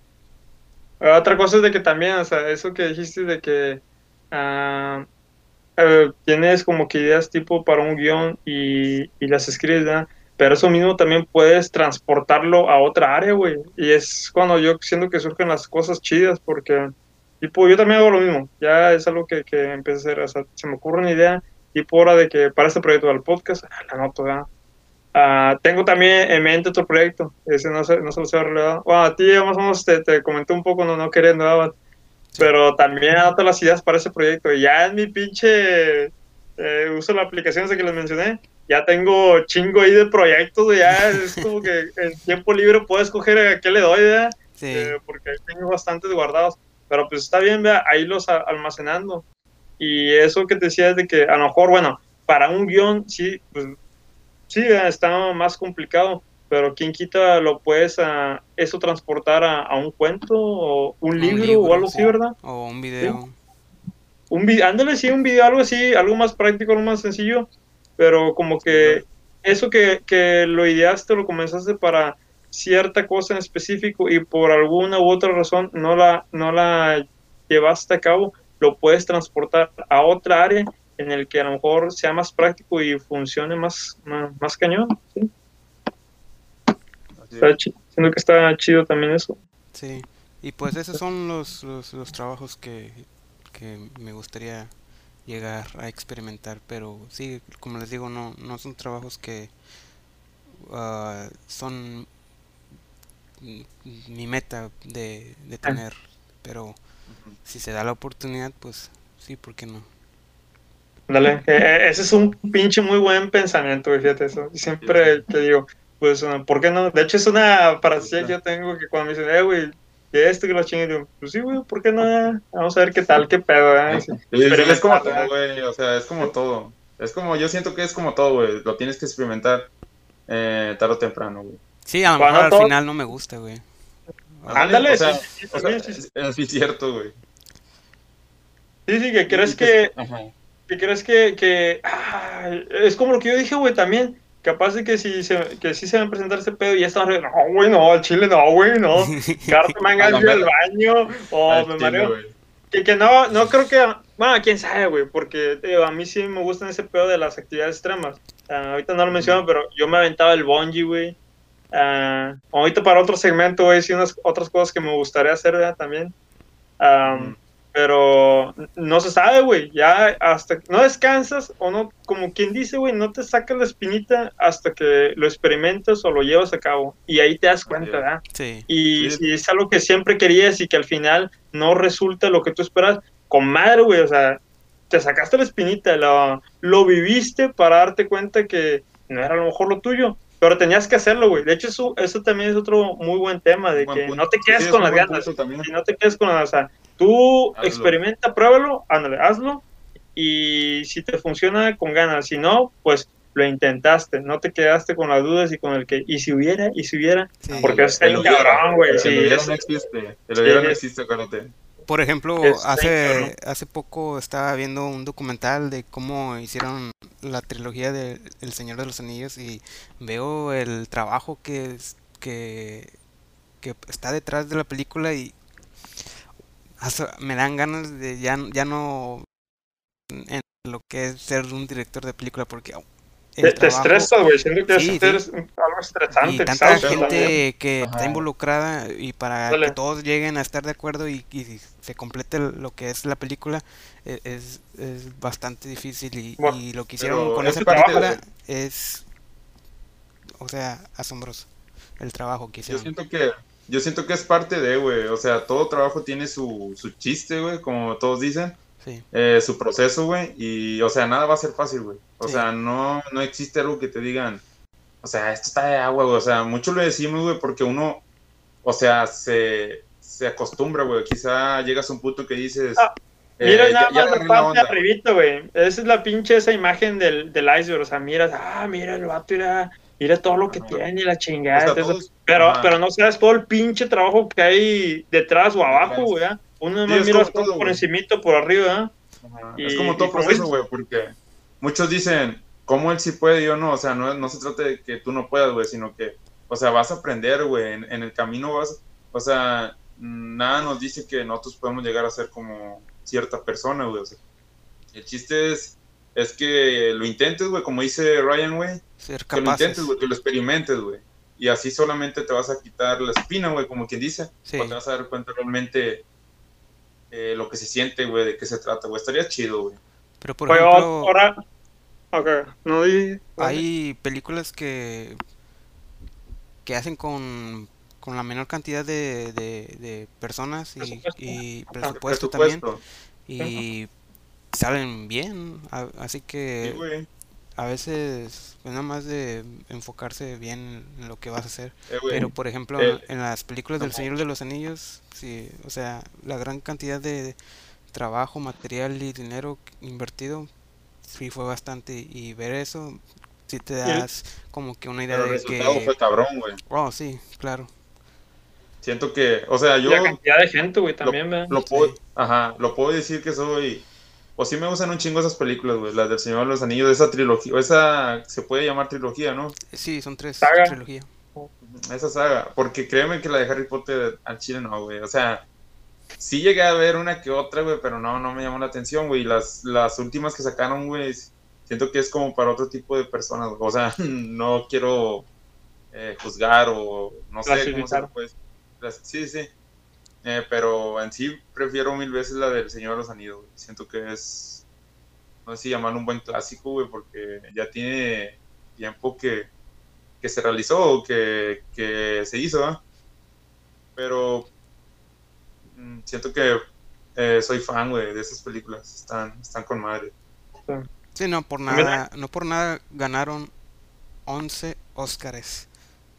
Otra cosa es de que también, o sea, eso que dijiste de que ah, eh, tienes como que ideas tipo para un guión y, y las escribes, ¿verdad? Pero eso mismo también puedes transportarlo a otra área, güey. Y es cuando yo siento que surgen las cosas chidas, porque, tipo, yo también hago lo mismo. Ya es algo que, que empecé a hacer, o sea, se me ocurre una idea, tipo, hora de que para este proyecto del podcast, ah, la anoto, ¿verdad? Ah, tengo también en mente otro proyecto, ese no se, no se los he revelado. Bueno, a ti más o menos te, te comenté un poco, no, no queriendo, ¿verdad? Sí. Pero también anoto las ideas para ese proyecto. Y ya en mi pinche eh, uso la aplicación esa que les mencioné, ya tengo chingo ahí de proyectos, ya es como que en tiempo libre puedo escoger a qué le doy, ¿verdad? Sí. Eh, porque tengo bastantes guardados. Pero pues está bien, vea, ahí los a- almacenando. Y eso que te decía es de que a lo mejor, bueno, para un guión, sí, pues sí, eh, está más complicado, pero quién quita lo puedes a eso transportar a, a un cuento o un O un libro o libro, algo así, sí. ¿verdad? O un Sí. video. Un video, ándale, sí, un video, algo así, algo más práctico, algo más sencillo, pero como Sí, güey. que eso que, que lo ideaste, lo comenzaste para cierta cosa en específico y por alguna u otra razón no la, no la llevaste a cabo, lo puedes transportar a otra área en el que a lo mejor sea más práctico y funcione más, más, más cañón, ¿sí? Así Está es. chi- siento que está chido también eso. Sí. Y pues esos son los, los, los trabajos que, que me gustaría llegar a experimentar. Pero sí, como les digo, no, no son trabajos que ah, son m- mi meta de, de tener. Pero Ujú. si se da la oportunidad, pues sí, ¿por qué no? Dale, eh, eh, ese es un pinche muy buen pensamiento, güey, fíjate eso. Así es, Siempre güey. te digo, pues, uh, ¿por qué no? De hecho, es una fantasía que yo tengo que cuando me dicen, eh, güey, que esto, que lo chingue, digo, pues sí, güey, ¿por qué no? Vamos a ver qué tal, qué pedo, ¿eh? Sí, Sí, sí, es como experimentar, todo, ¿verdad? güey, o sea, es como todo. Es como, yo siento que es como todo, güey, lo tienes que experimentar eh, tarde o temprano, güey. Sí, a lo Bueno, mejor no al todo, final no me gusta, güey. Ah, Ándale, o ándale, sea, sí, sí, sí, o sea, también, sí, sí, es, es sí cierto, güey. sí, sí, que Y, crees y te... que, Ajá. que crees que, que ay, es como lo que yo dije, güey, también. Capaz de que si se, que sí se va a presentar ese pedo y ya están, no, güey, no, al chile no, güey, no. Carta me A la ir al mera, baño o al me chile, mareo. güey. Que, que no, no creo que, bueno, quién sabe, güey, porque te digo, a mí sí me gustan ese pedo de las actividades extremas. Ah, ahorita no lo Ujú. menciono, pero yo me aventaba el bungee, güey. Ah, ahorita para otro segmento, güey, sí, unas otras cosas que me gustaría hacer, ¿verdad? También. Ujú. Am, pero no se sabe, güey. Ya hasta no descansas o no, como quien dice, güey, no te sacas la espinita hasta que lo experimentas o lo llevas a cabo. Y ahí te das Así cuenta, es. ¿verdad? sí. Y Sí, si es algo que siempre querías y que al final no resulta lo que tú esperas, con madre, güey, o sea, te sacaste la espinita, lo, lo viviste para darte cuenta que no era a lo mejor lo tuyo, pero tenías que hacerlo, güey. De hecho, eso, eso también es otro muy buen tema, un de buen que no punto. te Sí, quedes es con un las buen ganas, punto también. y no te quedes con las, o sea, tú Hazlo. experimenta, pruébalo, ándale, hazlo, y si te funciona, con ganas, si no, pues lo intentaste, no te quedaste con las dudas y con el que, y si hubiera, y si hubiera, porque Ándale, eso está el bien hubiera. cabrón, güey, Porque el sí, hubiera eso, no existe. El sí, hubiera no es, existe, acuérdate. Por ejemplo, eso está bien cabrón. hace, hace poco estaba viendo un documental de cómo hicieron la trilogía de El Señor de los Anillos y veo el trabajo que, es- que, que está detrás de la película y hace- me dan ganas de ya, ya no en lo que es ser un director de película porque el Te, te trabajo, estresa, güey, siento que es sí, sí, algo y estresante, tanta exhausto Pero, también. gente que está ajá, involucrada y para que Dale. todos lleguen a estar de acuerdo y, y se complete lo que es la película e- es, es bastante difícil y, Bueno, y lo que hicieron pero con es esa mucho trabajo, parte, película es, o sea, asombroso el trabajo que yo hicieron. siento que, yo siento que es parte de, güey. O sea, todo trabajo tiene su, su chiste, güey, como todos dicen. Sí, eh, su proceso, güey. Y, o sea, nada va a ser fácil, güey. O sí, sea, no, no existe algo que te digan, o sea, esto está de agua, güey. O sea, mucho lo decimos, güey, porque uno, o sea, se, se acostumbra, güey. Quizá llegas a un punto que dices, ah, mira eh, ya, nada ya más la agarré la parte de onda, güey. arribita, güey. Esa es la pinche, esa imagen del, del iceberg. O sea, miras, ah, mira el vato, mira, mira todo lo que Ajá. tiene y la O chingada. sea, Entonces, todos, pero, ajá, pero no sabes todo el pinche trabajo que hay detrás o abajo, güey. detrás. ¿Ah? Uno nada Sí, más es mira como las cosas todo, por güey. encimito, por arriba, ¿ah? Ajá. Es como Y, y todo como proceso, dices, güey, porque muchos dicen, ¿cómo él sí puede y yo no? O sea, no, no se trata de que tú no puedas, güey, sino que, o sea, vas a aprender, güey, en, en el camino vas, o sea, nada nos dice que nosotros podemos llegar a ser como cierta persona, güey, o sea, el chiste es, es que lo intentes, güey, como dice Ryan, güey, ser que lo intentes, capaces, güey, que lo experimentes, güey, y así solamente te vas a quitar la espina, güey, como quien dice, o te sí, vas a dar cuenta realmente eh, lo que se siente, güey, de qué se trata, güey, estaría chido, güey. pero por oye, ejemplo ahora, ok, no di, dale. hay películas que que hacen con, con la menor cantidad de, de, de personas y, Presupuesto. y Ajá, El presupuesto también presupuesto. sí. y salen bien, a- así Sí, que güey. a veces pues, nada más de enfocarse bien en lo que vas a hacer. Eh, güey. Pero por ejemplo El- en las películas del ajá. Señor de los Anillos, sí, o sea, la gran cantidad de trabajo, material y dinero invertido sí fue bastante y ver eso sí te Y, el- das como que una idea Pero el de resultado que, fue cabrón, güey. oh sí, claro, Siento que, o sea, y la yo cantidad de gente, güey, lo, también, ¿verdad? lo sí. puedo, ajá, lo puedo decir que soy, o sí me gustan un chingo esas películas, güey, las del Señor de los Anillos, de esa trilogía, o esa se puede llamar trilogía, ¿no? Sí, son tres, Saga. trilogía. Esa saga, porque créeme que la de Harry Potter al chile no, güey, o sea, sí llegué a ver una que otra, güey, pero no, no me llamó la atención, güey, y las, las últimas que sacaron, güey, siento que es como para otro tipo de personas, güey. O sea, no quiero eh, juzgar o no sé cómo se lo Clasificar. puede decir. Sí, sí. Eh, pero en sí prefiero mil veces la del Señor de los Anillos, güey. Siento que es, no sé si llamarlo un buen clásico, güey, porque ya tiene tiempo que, que se realizó o que, que se hizo, ¿eh? Pero mm, siento que eh, soy fan, güey, de esas películas. Están, están con madre. Sí, no por También, nada, no por nada ganaron once Óscares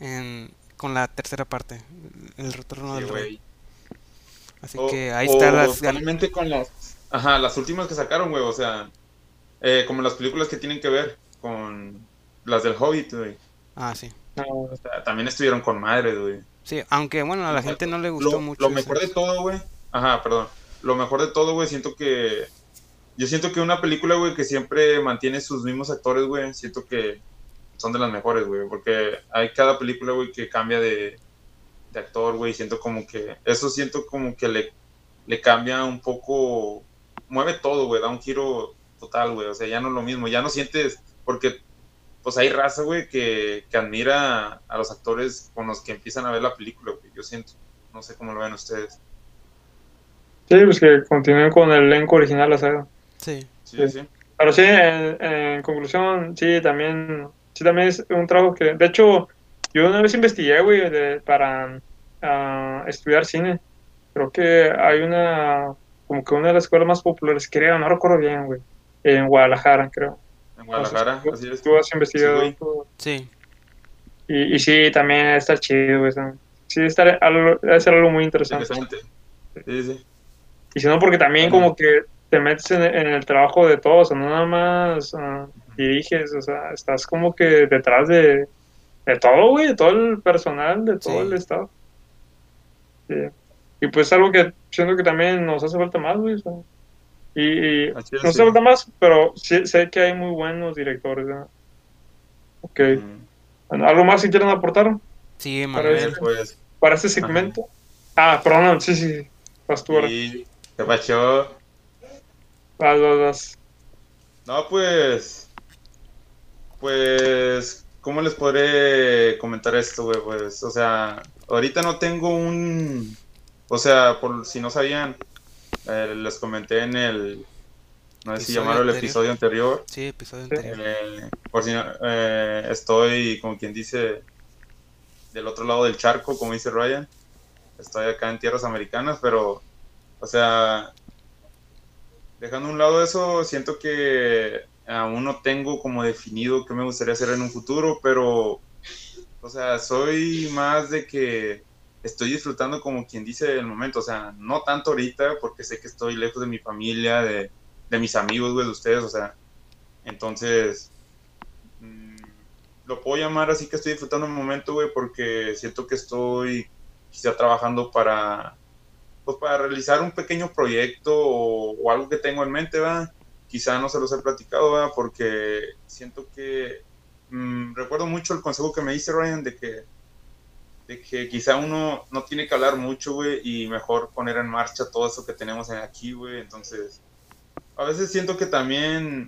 en, con la tercera parte, El Retorno Sí, del Rey. güey. Así O, que ahí está o las... gan- totalmente con las, ajá, las últimas que sacaron, güey, o sea, eh, como las películas que tienen que ver con las del Hobbit, güey. Ah, sí. No, O sea, también estuvieron con madre, güey. Sí, aunque bueno, a la gente no le gustó Lo, lo mucho mejor de esas. todo, güey. Ajá, perdón. Lo mejor de todo, güey, siento que. Yo siento que una película, güey, que siempre mantiene sus mismos actores, güey, siento que son de las mejores, güey. Porque hay cada película, güey, que cambia de, de actor, güey. Siento como que. Eso siento como que le, le cambia un poco. Mueve todo, güey. Da un giro total, güey. O sea, ya no es lo mismo. Ya no sientes. Porque pues hay raza, güey, que, que admira a los actores con los que empiezan a ver la película, güey. Yo siento, no sé cómo lo ven ustedes. sí, pues que continúen con el elenco original, la saga. Sí. Sí, Sí. sí. Pero sí, en, en conclusión, sí, también, sí, también es un trabajo que, de hecho, yo una vez investigué, güey, de- para ah, estudiar cine. Creo que hay una, como que una de las escuelas más populares, creo, no recuerdo bien, güey, en Guadalajara, creo. En No sé si Guadalajara, tú, así es. tú has Sí, investigado güey. todo. Sí. Y, y sí, también está chido, güey. está- Sí, está algo, debe ser algo muy interesante. Interesante. Sí, sí. Y si no, porque también Bueno, como que te metes en, en el trabajo de todos, o sea, no nada más ah, diriges, o sea, estás como que detrás de, de todo, güey, de todo el personal, de todo el Sí. staff. Sí. Y pues es algo que siento que también nos hace falta más, güey. O sea, y, y así es, nos sí. hace falta más, pero sí, sé que hay muy buenos directores, ¿no? Ok. Ujú. Bueno, ¿algo más que quieran aportar Sí, para Eh, Manuel. este, pues, para este ajá. segmento? Ah, perdón, sí, sí, sí. Vas tú ahora. Y, ¿qué pacho? Vas, vas, vas. No, pues, pues, ¿cómo les podré comentar esto, güey? Pues, o sea, ahorita no tengo un, o sea, por si no sabían, eh, les comenté en el, no sé si Episodio llamaron el anterior. episodio anterior, Sí, episodio Sí. anterior. eh, por si no, eh, estoy, como quien dice, del otro lado del charco, como dice Ryan, estoy acá en tierras americanas, pero, o sea, dejando a un lado eso, siento que aún no tengo como definido qué me gustaría hacer en un futuro, pero, o sea, soy más de que estoy disfrutando como quien dice el momento, o sea, no tanto ahorita porque sé que estoy lejos de mi familia, de, de mis amigos, güey, de ustedes, o sea, entonces, mmm, lo puedo llamar así que estoy disfrutando el momento, güey, porque siento que estoy quizá trabajando para, pues para realizar un pequeño proyecto o, o algo que tengo en mente, ¿va? Quizá no se los he platicado, ¿va? Porque siento que mmm, recuerdo mucho el consejo que me dice Ryan de que, de que quizá uno no tiene que hablar mucho, güey, y mejor poner en marcha todo eso que tenemos aquí, güey. Entonces, a veces siento que también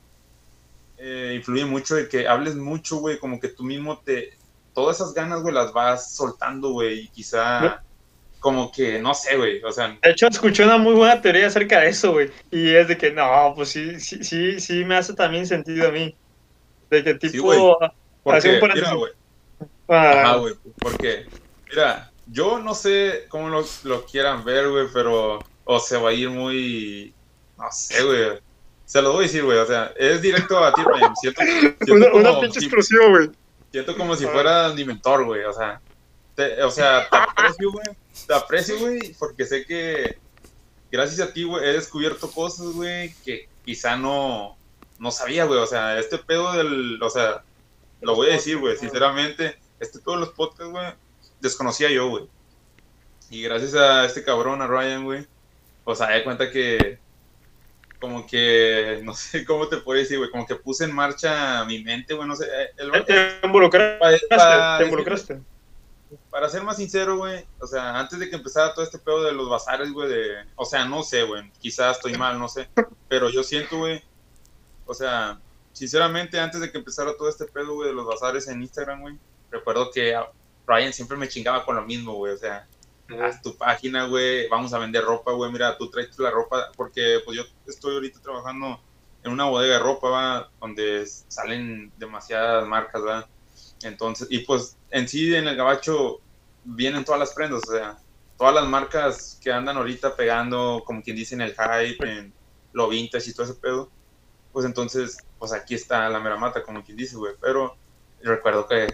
eh, influye mucho de que hables mucho, güey, como que tú mismo te... Todas esas ganas, güey, las vas soltando, güey, y De quizá como que, no sé, güey, o sea, hecho, escuché una muy buena teoría acerca de eso, güey. Y es de que, no, pues sí, sí, sí, sí me hace también sentido a mí. De que sí, güey, tipo, hace un porque, mira, paréntesis. güey, ajá, Ah, güey, porque, mira, yo no sé cómo lo, lo quieran ver, güey, pero, o se va a ir muy, no sé, güey, se lo voy a decir, güey, o sea, es directo a ti, Ryan, siento, siento una, una como pinche si, explosiva, güey. siento como si A ver. fuera mi mentor, güey, o sea, te, o sea, te aprecio, güey, te aprecio, güey, porque sé que gracias a ti, güey, he descubierto cosas, güey, que quizá no, no sabía, güey, o sea, este pedo del, o sea, lo voy a decir, güey, sinceramente, este pedo de los podcasts, güey, desconocía yo, güey, y gracias a este cabrón, a Ryan, güey, o sea, de cuenta que, como que, no sé cómo te puedo decir, güey, como que puse en marcha mi mente, güey, no sé, eh, el Te, vato, te involucraste, para te decirle, involucraste. para ser más sincero, güey, o sea, antes de que empezara todo este pedo de los bazares, güey, de, o sea, no sé, güey, quizás estoy mal, no sé, pero yo siento, güey, o sea, sinceramente, antes de que empezara todo este pedo, güey, de los bazares en Instagram, güey, recuerdo que a Ryan siempre me chingaba con lo mismo, güey, o sea, haz tu página, güey, vamos a vender ropa, güey, mira, tú traes la ropa, porque pues yo estoy ahorita trabajando en una bodega de ropa, va, donde salen demasiadas marcas, va, entonces, y pues en sí en el gabacho vienen todas las prendas, o sea, todas las marcas que andan ahorita pegando, como quien dice, en el hype, en lo vintage y todo ese pedo, pues entonces, pues aquí está la mera mata, como quien dice, güey, pero recuerdo que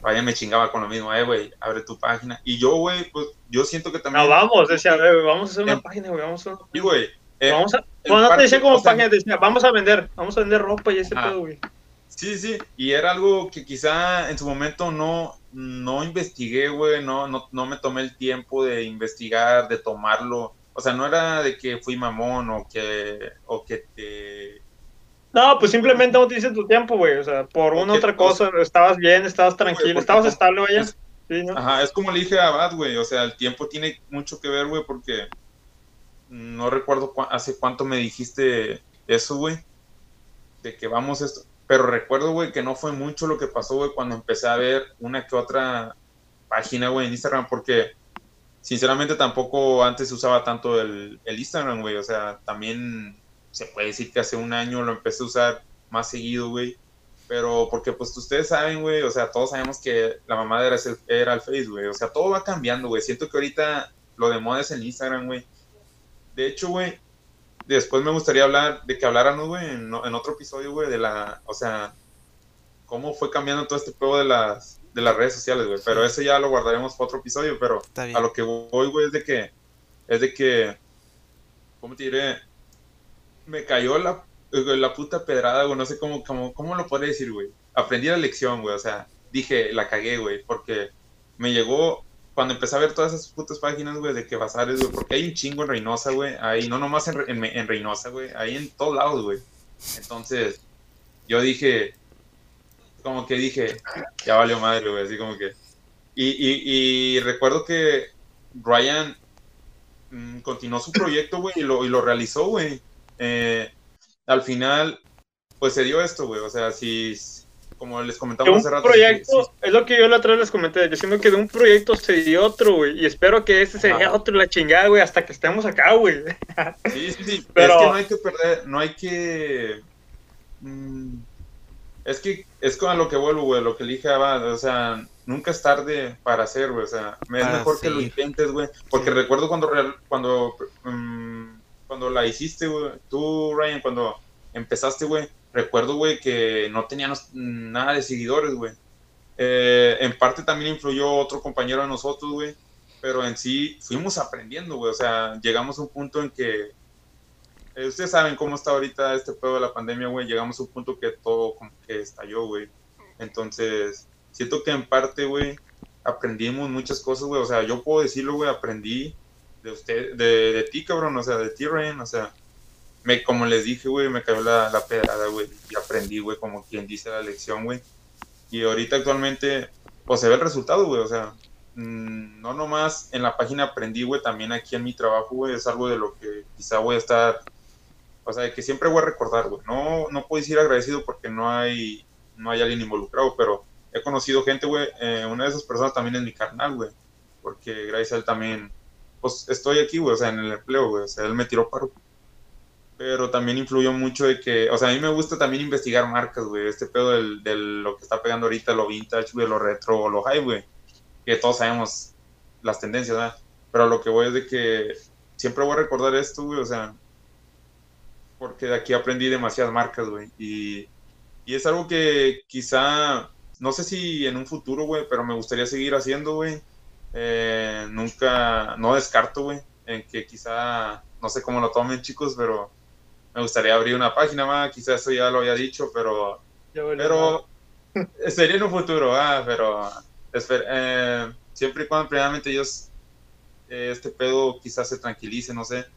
Vaya, me chingaba con lo mismo, eh, güey, abre tu página. Y yo, güey, pues yo siento que también... No, vamos, decía, "Güey, vamos a hacer una en, página, güey, vamos a hacer una sí, página. güey. Eh, Vamos a, en bueno, no te parte, decía como o sea, página, te decía, vamos a vender, vamos a vender ropa y ese ajá. pedo, güey. Sí, sí, y era algo que quizá en su momento no, no investigué, güey, no, no, no me tomé el tiempo de investigar, de tomarlo. O sea, no era de que fui mamón o que, o que te... No, pues simplemente no te hice tu tiempo, güey. O sea, por O una que, otra o cosa, estabas bien, estabas sí, güey, tranquilo, porque estabas como, estable, vaya. es, Sí, ¿no? ajá, es como le dije a Abad, güey, o sea, el tiempo tiene mucho que ver, güey, porque no recuerdo cu hace cuánto me dijiste eso, güey, de que vamos esto. Pero recuerdo, güey, que no fue mucho lo que pasó, güey, cuando empecé a ver una que otra página, güey, en Instagram, porque sinceramente tampoco antes se usaba tanto el, el Instagram, güey, o sea, también se puede decir que hace un año lo empecé a usar más seguido, güey, pero porque pues ustedes saben, güey, o sea, todos sabemos que la mamá era, era el Face, güey, o sea, todo va cambiando, güey, siento que ahorita lo de moda es el Instagram, güey. De hecho, güey, después me gustaría hablar, de que habláramos, güey, en, en otro episodio, güey, de la, o sea, cómo fue cambiando todo este juego de las, de las redes sociales, güey. Pero Sí. eso ya lo guardaremos para otro episodio, pero Está bien. a lo que voy, güey, es de que, es de que, ¿cómo te diré? Me cayó la, la puta pedrada, güey, no sé cómo, cómo, cómo lo podría decir, güey. Aprendí la lección, güey, o sea, dije, la cagué, güey, porque me llegó, cuando empecé a ver todas esas putas páginas, güey, de que bazares, güey, porque hay un chingo en Reynosa, güey, ahí, no nomás en, en, en Reynosa, güey, ahí en todos lados, güey. Entonces, yo dije, como que dije, ya valió madre, güey, así como que... Y, y, y recuerdo que Ryan mmm, continuó su proyecto, güey, y lo, y lo realizó, güey. Eh, al final, pues se dio esto, güey, o sea, si, como les De comentamos un hace rato... proyecto, si, si, es lo que yo la otra vez les comenté, que siento que de un proyecto se dio otro, güey, y espero que este ajá. sea otro, la chingada, güey, hasta que estemos acá, güey. Sí, sí, sí, Pero... es que no hay que perder, no hay que... Mmm, es que es con lo que vuelvo, güey, lo que dije Abad, o sea, nunca es tarde para hacer, güey, o sea, es Para mejor que lo seguir. intentes, güey, porque Sí. recuerdo cuando, cuando, um, cuando la hiciste, güey, tú, Ryan, cuando empezaste, güey, recuerdo, güey, que no teníamos nada de seguidores, güey. Eh, en parte también influyó otro compañero de nosotros, güey, pero en sí fuimos aprendiendo, güey, o sea, llegamos a un punto en que Eh, ustedes saben cómo está ahorita este pedo de la pandemia, güey. Llegamos a un punto que todo como que estalló, güey. Entonces, siento que en parte, güey, aprendimos muchas cosas, güey. O sea, yo puedo decirlo, güey, aprendí de usted, de, de ti, cabrón, o sea, de ti, Ryan, o sea, me, como les dije, güey, me cayó la, la pedrada, güey, y aprendí, güey, como quien dice la lección, güey. Y ahorita actualmente, pues se ve el resultado, güey, o sea, mmm, no nomás en la página aprendí, güey, también aquí en mi trabajo, güey, es algo de lo que quizá voy a estar... O sea, que siempre voy a recordar, güey. No, no puedo decir agradecido porque no hay, no hay alguien involucrado, pero he conocido gente, güey. Eh, una de esas personas también es mi carnal, güey. Porque gracias a él también, pues estoy aquí, güey, o sea, en el empleo, güey. O sea, él me tiró paro. Pero también influyó mucho de que, o sea, a mí me gusta también investigar marcas, güey. Este pedo del, del lo que está pegando ahorita, lo vintage, güey, lo retro, lo high, güey. Que todos sabemos las tendencias, ¿verdad? Pero lo que voy es de que siempre voy a recordar esto, güey, o sea, porque de aquí aprendí demasiadas marcas, güey. Y, y es algo que quizá, no sé si en un futuro, güey, pero me gustaría seguir haciendo, güey. Eh, nunca, no descarto, güey, en que quizá, no sé cómo lo tomen, chicos, pero me gustaría abrir una página más, quizá eso ya lo había dicho, pero, pero sería en un futuro, ah, pero esper, eh, siempre y cuando primeramente ellos, eh, este pedo quizás se tranquilice, no sé.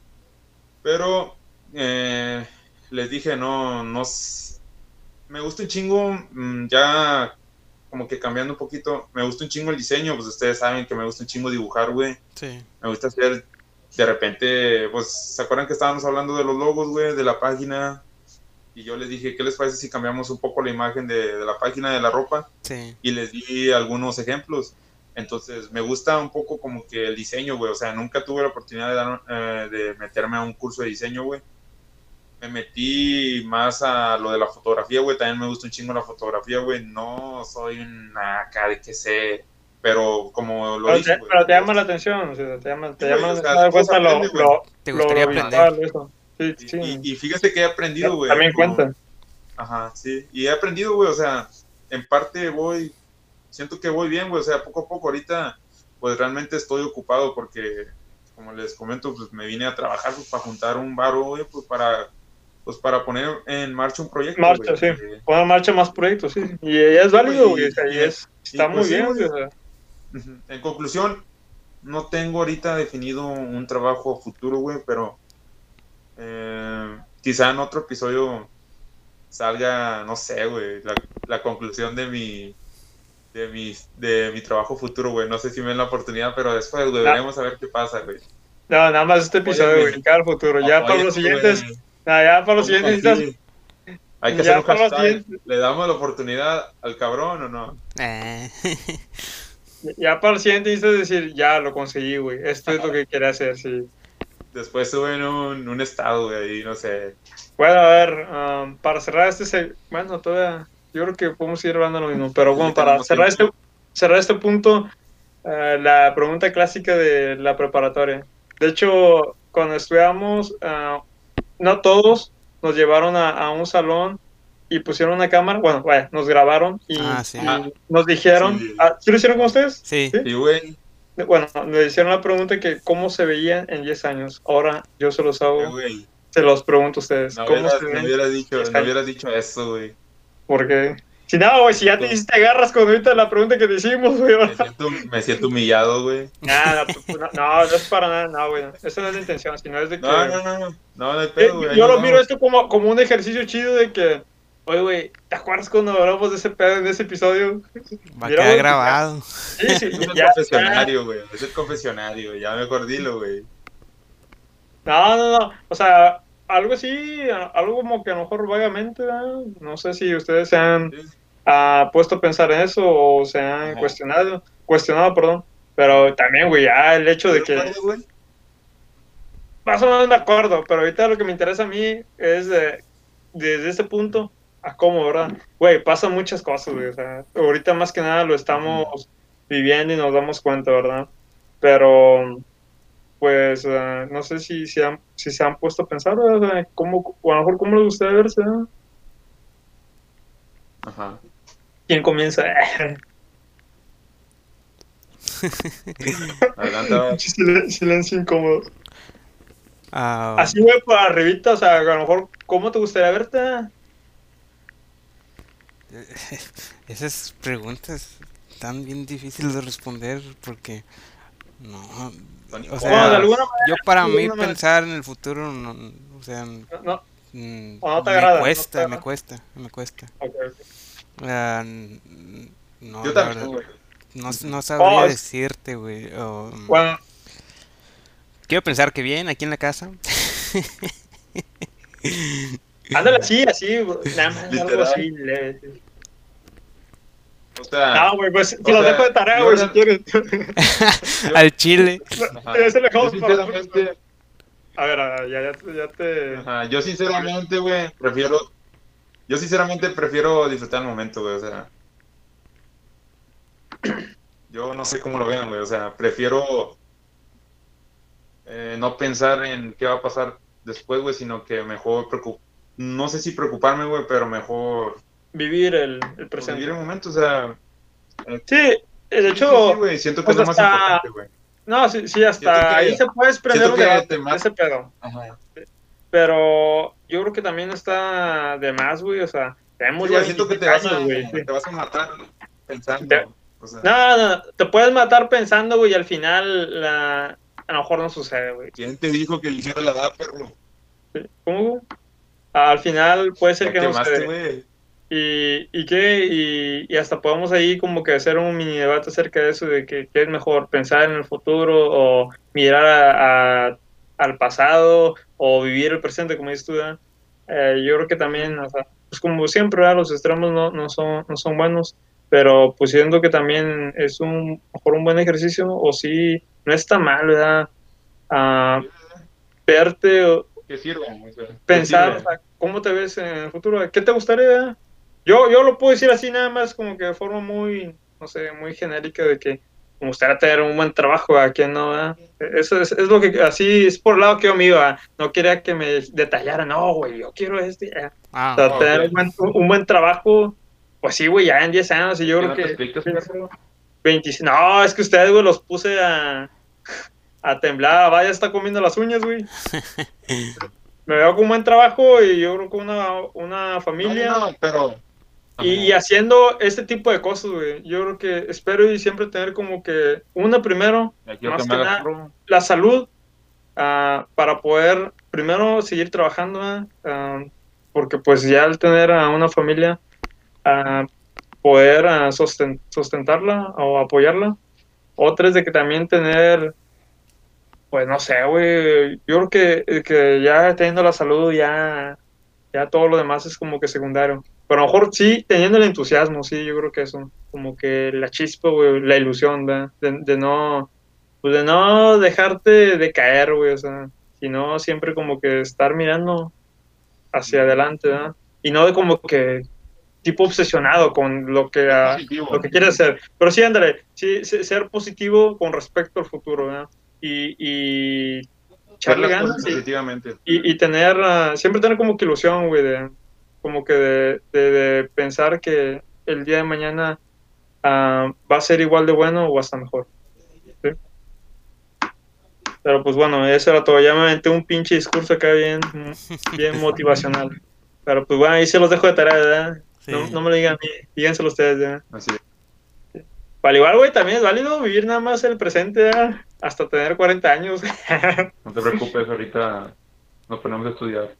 Pero eh, les dije, no, no, me gusta un chingo, mmm, ya como que cambiando un poquito, me gusta un chingo el diseño, pues ustedes saben que me gusta un chingo dibujar, güey. Sí. Me gusta hacer, de repente, pues, ¿se acuerdan que estábamos hablando de los logos, güey, de la página? Y yo les dije, ¿qué les parece si cambiamos un poco la imagen de, de la página de la ropa? Sí. Y les di algunos ejemplos. Entonces, me gusta un poco como que el diseño, güey. O sea, nunca tuve la oportunidad de, dar, eh, de meterme a un curso de diseño, güey. Me metí más a lo de la fotografía, güey. También me gusta un chingo la fotografía, güey. No soy una acá de que sé, pero como lo pero, dije, te, güey. pero te llama la atención, o sea, te llama, te Sí, llama güey, o sea, la todo se cuenta lo, aprende, güey. lo, ¿Te lo, gustaría lo aprender? visual, eso. Sí, Y, sí. y, y fíjate que he aprendido, güey. También como- cuenta. Ajá, sí. Y he aprendido, güey. O sea, en parte voy siento que voy bien, güey, o sea, poco a poco ahorita, pues realmente estoy ocupado porque, como les comento, pues me vine a trabajar pues, para juntar un varo, güey, pues para, pues para poner en marcha un proyecto, Marcha, güey. sí. que- Poner en marcha más proyectos, sí. Y ya es Sí, válido, güey, güey. O sea, y, y y- es, y, está muy pues sí, bien, güey. güey. O sea, Ujú. En conclusión, no tengo ahorita definido un trabajo futuro, güey, pero eh, quizá en otro episodio salga, no sé, güey, la, la conclusión de mi, de mi, de mi trabajo futuro, güey. No sé si me den la oportunidad, pero después, güey, na- veremos a ver qué pasa, güey. no, nada más este episodio, Apóyame, güey. Cara al futuro. Ya para los apóyame, siguientes, güey. nah, ya para los Póngame siguientes necesitas, aquí. Hay que hacer ya un para los hashtag. siguientes, ¿Le damos la oportunidad al cabrón o no? Eh, ya para los siguientes necesitas decir, ya lo conseguí, güey. Esto es lo que quería hacer, sí. Después suben un, un estado, güey, ahí, no sé. Bueno, a ver, um, para cerrar este, se- bueno, todavía, yo creo que podemos seguir hablando lo mismo, pero Sí, bueno, para tenemos cerrar este, tiempo. cerrar este punto, eh, la pregunta clásica de la preparatoria. De hecho, cuando estudiamos, ah, no todos nos llevaron a, a un salón y pusieron una cámara, bueno, vaya, nos grabaron y, ah, sí. y Ah, nos dijeron, sí. ah, ¿sí lo hicieron con ustedes? Sí. Sí, güey. Bueno, le hicieron la pregunta que cómo se veían en diez años. Ahora yo se los Sí, hago, güey. se los pregunto a ustedes. No ¿Cómo hubieras, se no ven hubieras en dicho, diez no años? hubieras dicho eso, güey. Porque si no, güey, si ya te, Siento- si te agarras con ahorita la pregunta que te hicimos, güey. Me siento, me siento humillado, güey. Nada, no, no, no, no es para nada, no, güey. Esa no es la intención, sino es de que. No, no, no, no, no, no hay Eh, pedo, güey. ahí yo nos lo miro vamos. esto como, como un ejercicio chido de que, oye, güey, ¿te acuerdas cuando hablamos de ese pedo en ese episodio? Va a Mira, quedar güey, grabado. Sí, sí, Es el ya, ya. confesionario, güey. Es el confesionario. Ya mejor dilo, güey. No, no, no. O sea, algo así, a- algo como que a lo mejor vagamente, ¿verdad? No sé si ustedes se han Sí. ah, puesto a pensar en eso o se han Ajá. cuestionado, cuestionado, perdón. Pero también, güey, ya el hecho ¿Tú de que, recuerdas, güey? más o menos me acuerdo, pero ahorita lo que me interesa a mí es de- desde ese punto a cómo, ¿verdad? Güey, pasan muchas cosas, güey. O sea, ahorita más que nada lo estamos viviendo y nos damos cuenta, ¿verdad? Pero, pues, ah, no sé si, si, han, si se han puesto a pensar, ¿verdad? O sea, ¿cómo, o a lo mejor cómo les gustaría verse, ¿verdad? Ajá. ¿Quién comienza? Adelante, va. Silen- Silencio incómodo. Ah, Así, güey, por arribita, o sea, a lo mejor, ¿cómo te gustaría verte? esas preguntas están bien difíciles de responder porque no, Son o incómodas. Bueno, de sea, alguna yo para de mí alguna manera. pensar en el futuro, no, o sea, No, no, mm, ¿O no te me agrada? ¿No te cuesta, me agrada? cuesta, me cuesta. ok, ok. Ah, n- no, Yo la también, verdad, güey. no, no sabría Oh, es- decirte, güey. o, mm, Bueno, quiero pensar que bien aquí en la casa. ándale así, así, güey, nada más, algo Literal. así, leve, sí. O sea, No, güey, pues, o te lo sea, dejo de tarea, yo güey, si real- quieres. Al chile. ajá. Ese le Yo dejamos para- sinceramente, A ver, a- ya, ya, te- ya te... ajá, yo sinceramente, güey, prefiero, yo sinceramente prefiero disfrutar el momento, güey, o sea, yo no sé cómo lo vean, güey, o sea, prefiero eh, no pensar en qué va a pasar después, güey, sino que mejor preocup, no sé si preocuparme, güey, pero mejor Vivir el, el pues, vivir presente. el momento, o sea, Sí, de sí, hecho, sí, sí, güey, siento que pues es lo más hasta- importante, güey. no, sí, sí, Siento hasta que- ahí se puede prender siento un que debate te de mata- ese pedo. Ajá. Pero yo creo que también está de más, güey, o sea, tenemos Sí, ya güey, siento que te veintisiete vas, a, años, güey, sí. te vas a matar pensando, Te- o sea, No, no, no, te puedes matar pensando, güey, y al final la... a lo mejor no sucede, güey. ¿quién te dijo que eligiera la edad, perro? ¿Cómo, güey? Al final puede ser Ya que no quemaste, sucede. güey. ¿Y, y qué? Y, y hasta podemos ahí como que hacer un mini debate acerca de eso, de que qué es mejor, pensar en el futuro o mirar a- a- al pasado o vivir el presente, como dices tú, ¿verdad? Eh, yo creo que también, o sea, pues como siempre, ¿verdad? Los extremos no, no, son, no son buenos, pero pues siento que también es un, mejor un buen ejercicio o sí, no está mal, ¿verdad? Ah, verte o Que sirva, o sea, que pensar, o sirva. sea, cómo te ves en el futuro, ¿qué te gustaría? Yo, yo lo puedo decir así nada más como que de forma muy, no sé, muy genérica de que me gustaría tener un buen trabajo, a quien no, ¿verdad? Eso es, es lo que, así es por el lado que yo me iba, no quería que me detallara, no, güey, yo quiero este, eh. Ah, O sea, ok. tener un buen, un buen trabajo Pues sí, güey, ya en diez años, y yo creo ¿No te que explicas, perro? veinticinco, no, es que ustedes, güey, los puse a, a temblar, vaya, está comiendo las uñas, güey. Me veo con un buen trabajo y yo creo que una, una No, familia no, no, pero... y, Ajá. y haciendo este tipo de cosas, güey. Yo creo que espero y siempre tener como que una primero, Ya quiero que más me que hagas nada, pro. la salud, ah, para poder primero seguir trabajando, ah, ah, porque pues ya al tener a una familia, ah, poder ah, sosten- sustentarla o apoyarla. Otra es de que también tener, pues no sé, güey, yo creo que, que ya teniendo la salud, ya, ya todo lo demás es como que secundario. Pero a lo mejor sí, teniendo el entusiasmo, sí, yo creo que eso, como que la chispa, güey, la ilusión, ¿verdad? De, de no, pues de no dejarte de caer, güey, o sea, sino siempre como que estar mirando hacia adelante, ¿verdad? Y no de como que tipo obsesionado con lo que, Ser ah, lo positivo. que quieres hacer. Pero sí, ándale, sí, se- ser positivo con respecto al futuro, ¿verdad? Y, y Ver echarle las cosas ganas y, positivamente. y, y tener, ah, siempre tener como que ilusión, güey, de, como que de, de- de pensar que el día de mañana ah, va a ser igual de bueno o hasta mejor. ¿Sí? Pero pues bueno, eso era todo. Ya me aventé un pinche discurso acá bien, bien motivacional. Pero pues bueno, ahí se los dejo de tarea, ¿verdad? No, Sí. no me lo digan a mí, díganselo ustedes, ¿verdad? Así es. Al igual, güey, también es válido vivir nada más el presente, ¿verdad? Hasta tener cuarenta años. No te preocupes, ahorita nos ponemos a estudiar.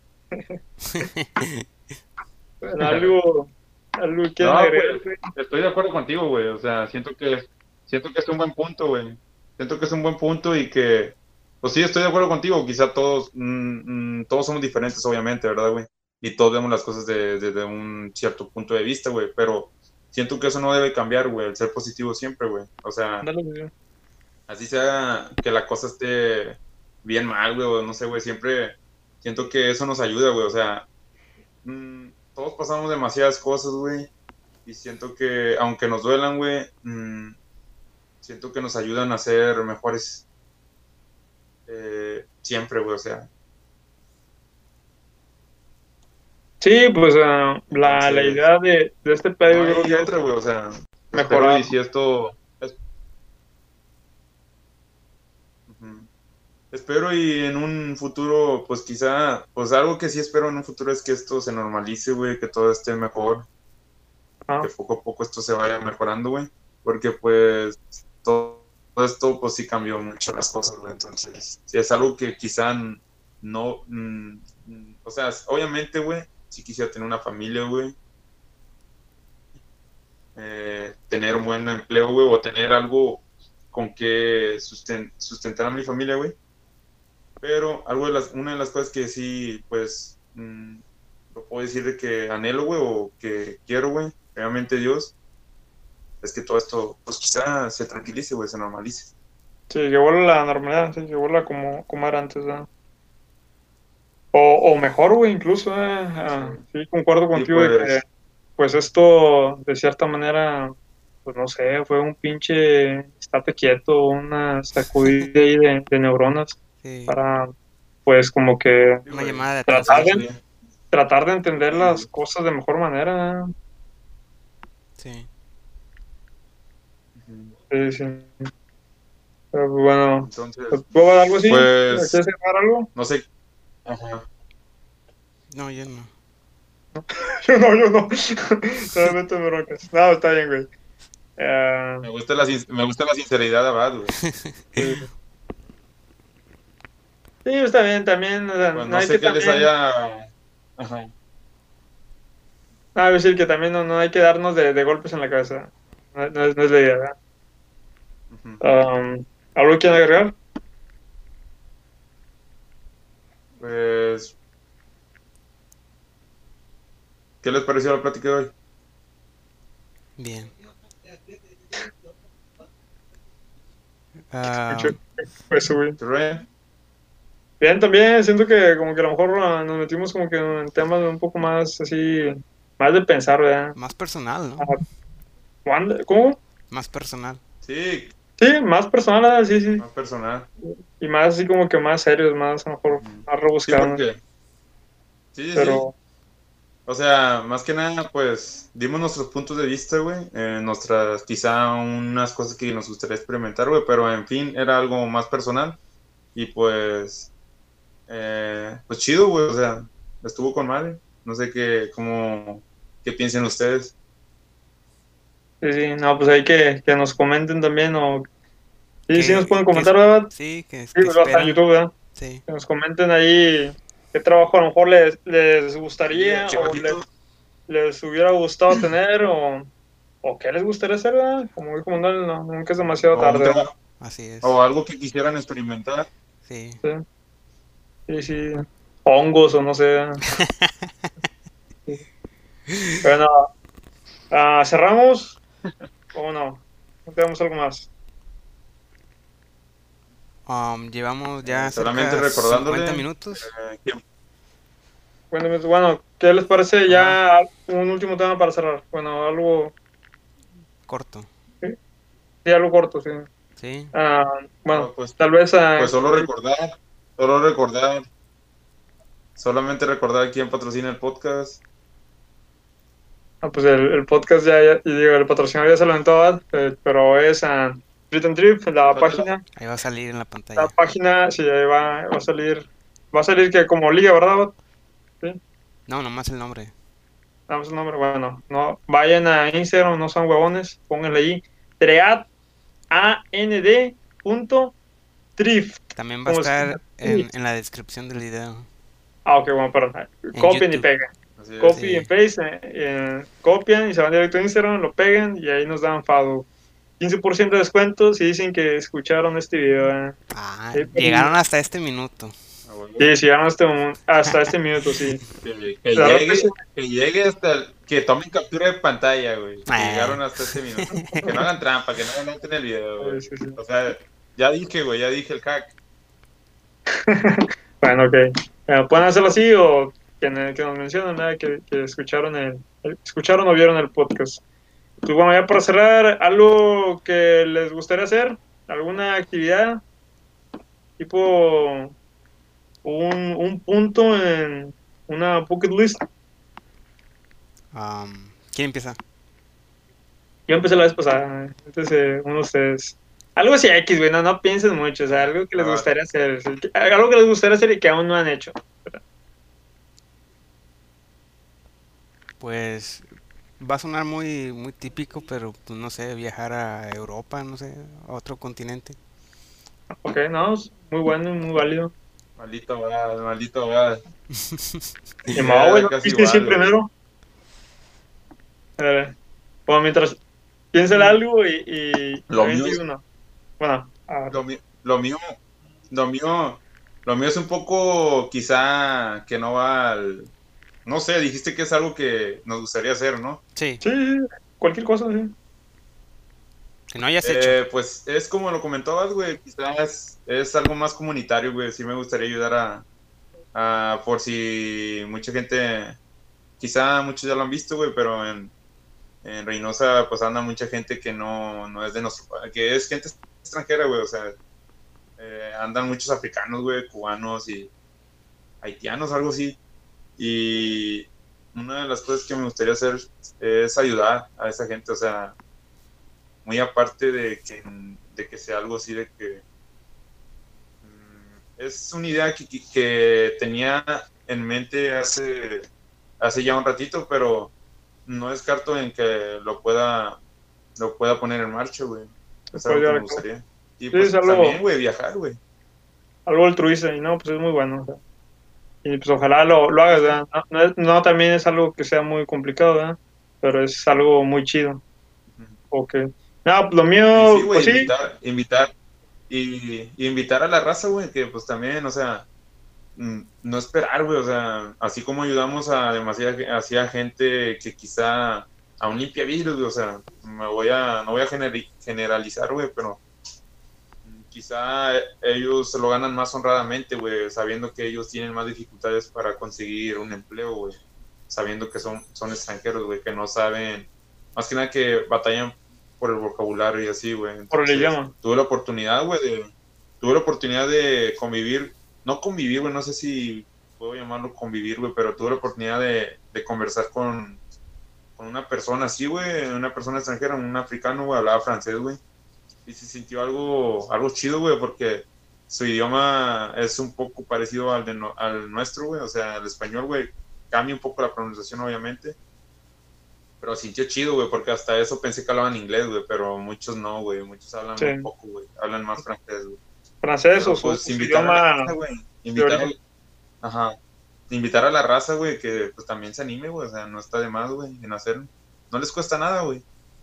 Bueno, algo, algo que quieran No, agregar, pues, güey. estoy de acuerdo contigo, güey. O sea, siento que, siento que es un buen punto, güey. Siento que es un buen punto y que, pues sí, estoy de acuerdo contigo. Quizá todos, mm, mm, todos somos diferentes, obviamente, ¿verdad, güey? Y todos vemos las cosas de- desde un cierto punto de vista, güey. Pero siento que eso no debe cambiar, güey. El ser positivo siempre, güey. O sea, Ándale, güey. así sea que la cosa esté bien mal, güey, o no sé, güey. Siempre siento que eso nos ayuda, güey. O sea, mm, todos pasamos demasiadas cosas, güey. Y siento que, aunque nos duelan, güey, mm, siento que nos ayudan a ser mejores eh, siempre, güey, o sea. Sí, pues ah, la, la Entonces, idea de, de este pues pedo no yo creo hay que es otra, güey, o sea, espero mejorar. y si esto... es- ujú. Espero y en un futuro, pues quizá, pues algo que sí espero en un futuro es que esto se normalice, güey, que todo esté mejor, Ah, que poco a poco esto se vaya mejorando, güey, porque pues todo, todo esto pues sí cambió mucho las cosas, güey, entonces sí es algo que quizá no, mm, mm, o sea, obviamente, güey, sí quisiera tener una familia, güey, eh, tener un buen empleo, güey, o tener algo con que susten- sustentar a mi familia, güey, pero algo de las, una de las cosas que sí, pues, mm, lo puedo decir de que anhelo, güey, o que quiero, güey, realmente Dios, es que todo esto, pues quizá se tranquilice, güey, se normalice. sí, que vuelva a la normalidad, sí, que vuelva como, como era antes, ¿verdad? O, o mejor, güey, incluso, eh, Sí, ah, sí, concuerdo sí, contigo de que, pues, pues esto, de cierta manera, pues no sé, fue un pinche estate quieto, una sacudida ahí de, de neuronas Sí. para, pues como que sí, Una güey, llamada de tratar atención. sí, de, tratar de entender las sí, cosas de mejor manera. Sí. ujú. Sí, sí. Pero, pues, bueno, Entonces, ¿puedo algo así? ¿Quieres pues, cerrar algo? no sé, ajá. No, yo no. Yo no, yo no. No me meto en broncas. No, está bien, güey. Ah, Me gusta la, sin- me gusta la sinceridad, Abad, güey. sí. Sí, está bien, también, o sea, Pues no no hay sé que qué les también, haya... Ajá. no, hay que decir que también no, no hay que darnos de, de golpes en la cabeza. No, no es, no es la idea, ¿verdad? Ujú. Um, ¿algo que quieren agregar? Pues, ¿qué les pareció la plática de hoy? Bien. Ah, Mucho, pues, güey. ¿Tú, Ryan? Bien, también siento que como que a lo mejor ah, nos metimos como que en temas un poco más así, más de pensar, ¿verdad? más personal, Ah, ¿no? ¿cuándo? ¿Cómo? Más personal. Sí, Sí, más personal, ¿verdad? Sí, sí. más personal. Y más así como que más serios, más a lo mejor Ujú. más Sí, rebuscados, ¿no? porque... Sí, sí, sí. Pero O sea, más que nada, pues, dimos nuestros puntos de vista, güey, eh, nuestras, quizá unas cosas que nos gustaría experimentar, güey, pero en fin, era algo más personal, y pues, eh, pues chido, güey, o sea, estuvo con madre, no sé qué, cómo, qué piensen ustedes. Sí, sí, no, pues hay que, que nos comenten también, o sí, sí nos ¿Qué, pueden qué es- comentar, ¿verdad? sí, que, Sí, que pues hasta en esperan? YouTube, ¿verdad? Sí. Que nos comenten ahí qué trabajo a lo mejor les, les Sí, gustaría aquí o les, abajito, les hubiera gustado tener o, o qué les gustaría hacer, ¿verdad? Como dijo Manuel, no, nunca es demasiado o un tarde, ¿verdad? trabajo, Así es. o algo que quisieran experimentar. Sí. Sí, sí, sí. Hongos o no sé. Sí. Bueno, ah, ¿cerramos o no? ¿No tenemos algo más? Um, llevamos Eh, ya solamente cerca cincuenta recordándole, minutos. eh, que- Bueno, pues, bueno, ¿qué les parece ajá, ya un último tema para cerrar? Bueno, algo, Corto. sí, sí, algo corto, sí. Sí. Ah, bueno, oh, pues, tal vez, pues ah, solo recordar, solo recordar, solamente recordar quién patrocina el podcast. ah, pues el, el podcast ya, ya- y digo, el patrocinador ya se lo aventó, ¿verdad? Eh, pero es ah, Treat and Trip, Le la falta la- página, Ahí va a salir en la la pantalla. página, sí, ahí va, va a salir, va a salir que como liga, ¿verdad? Sí, No, nomás el nombre. damos el nombre, bueno, no, vayan a Instagram, no son huevones, pónganle ahí, treat, A N D punto Drift, También va a como se estar escucha, en, Drift. en la descripción del video. Ah, ok, bueno, perdón. En Copien y YouTube. peguen. Así es. Copy Sí. and paste, eh, eh, copian y se van directo a Instagram, lo pegan y ahí nos dan follow. quince por ciento de descuento si dicen que escucharon este video. eh. Ah, Sí, pero- llegaron hasta este minuto. Ah, bueno. sí, si llegaron hasta, un- hasta este minuto, sí. Que, que De repente, llegue, que llegue hasta el- que tomen captura de pantalla, güey. Que Eh. llegaron hasta este minuto. Que no hagan trampa, que no adelanten el video, güey. sí, sí, sí. O sea, ya dije, güey, ya dije el hack. Bueno, ok. Eh, pueden hacerlo así o que, ne- que nos mencionen nada que, que escucharon el, el- escucharon o vieron el podcast. Pues bueno, ya para cerrar, algo que les gustaría hacer, alguna actividad, tipo un, un punto en una bucket list. Um, ¿quién empieza? Yo empecé la vez pasada, entonces uno de ustedes. Algo así X, güey, no, no piensen mucho, o sea, algo que les Ah, gustaría hacer, sí, que- algo que les gustaría hacer y que aún no han hecho. Pues va a sonar muy, muy típico, pero pues, no sé, viajar a Europa, no sé, a otro continente. Ok, no, es muy bueno, muy válido. maldito va, maldito va. Y Ya no, güey, era no casi viste sí igual, güey. primero. Eh, bueno, mientras piensa algo y, y Lo también mío digo es, uno. Bueno, a ver. lo mío, lo mío, lo mío, lo mío es un poco, quizá, que no va al, no sé, dijiste que es algo que nos gustaría hacer, ¿no? Sí, Sí, sí, cualquier cosa, sí. que no hayas hecho. Eh, pues es como lo comentabas, güey, quizás es algo más comunitario, güey, sí me gustaría ayudar a, a por si mucha gente, quizá muchos ya lo han visto, güey, pero en, en Reynosa pues anda mucha gente que no, no es de nuestro país, que es gente extranjera, güey, o sea, eh, andan muchos africanos, güey, cubanos y haitianos, algo así, y una de las cosas que me gustaría hacer es ayudar a esa gente, o sea, muy aparte de que, de que sea algo así de que mm, es una idea que, que- que tenía en mente hace, hace ya un ratito, pero no descarto en que lo pueda lo pueda poner en marcha, güey. Es Puede algo que llevar me a cabo. gustaría. Y Sí, pues es algo, también, güey, viajar, güey. algo altruista y no, pues es muy bueno. O sea. Y pues ojalá lo, lo hagas, ¿verdad? No, no, es- no también es algo que sea muy complicado, ¿verdad? Pero es algo muy chido. Ok. No, pues lo Y sí, mío, güey, pues sí, invitar, invitar, y, y invitar a la raza, güey, que pues también, o sea, mm, no esperar, güey, o sea, así como ayudamos a demasiada hacia gente que quizá a un limpiavidrios, güey, o sea, me voy a, no voy a generi- generalizar, güey, pero mm, quizá ellos se lo ganan más honradamente, güey, sabiendo que ellos tienen más dificultades para conseguir un empleo, güey, sabiendo que son, son extranjeros, güey, que no saben, más que nada que batallan por el vocabulario y así, güey. por el Entonces, idioma. tuve la oportunidad, güey, de, tuve la oportunidad de convivir, no convivir, güey, no sé si puedo llamarlo convivir, güey, pero tuve la oportunidad de, de conversar con, con una persona así, güey, una persona extranjera, un africano, güey, hablaba francés, güey, y se sintió algo, algo chido, güey, porque su idioma es un poco parecido al, de no, al nuestro, güey, o sea, el español, güey, cambia un poco la pronunciación, obviamente, pero sintió chido, güey, porque hasta eso pensé que hablaban inglés, güey, pero muchos no, güey, muchos hablan Sí. muy poco, güey, hablan más francés, güey. Francés Pero o su, pues su invitar a la idioma raza, güey, de invitar, origen. a- ajá, invitar a la raza, güey, que pues también se anime, güey, o sea, no está de más, güey, en hacerlo. No les cuesta nada, güey.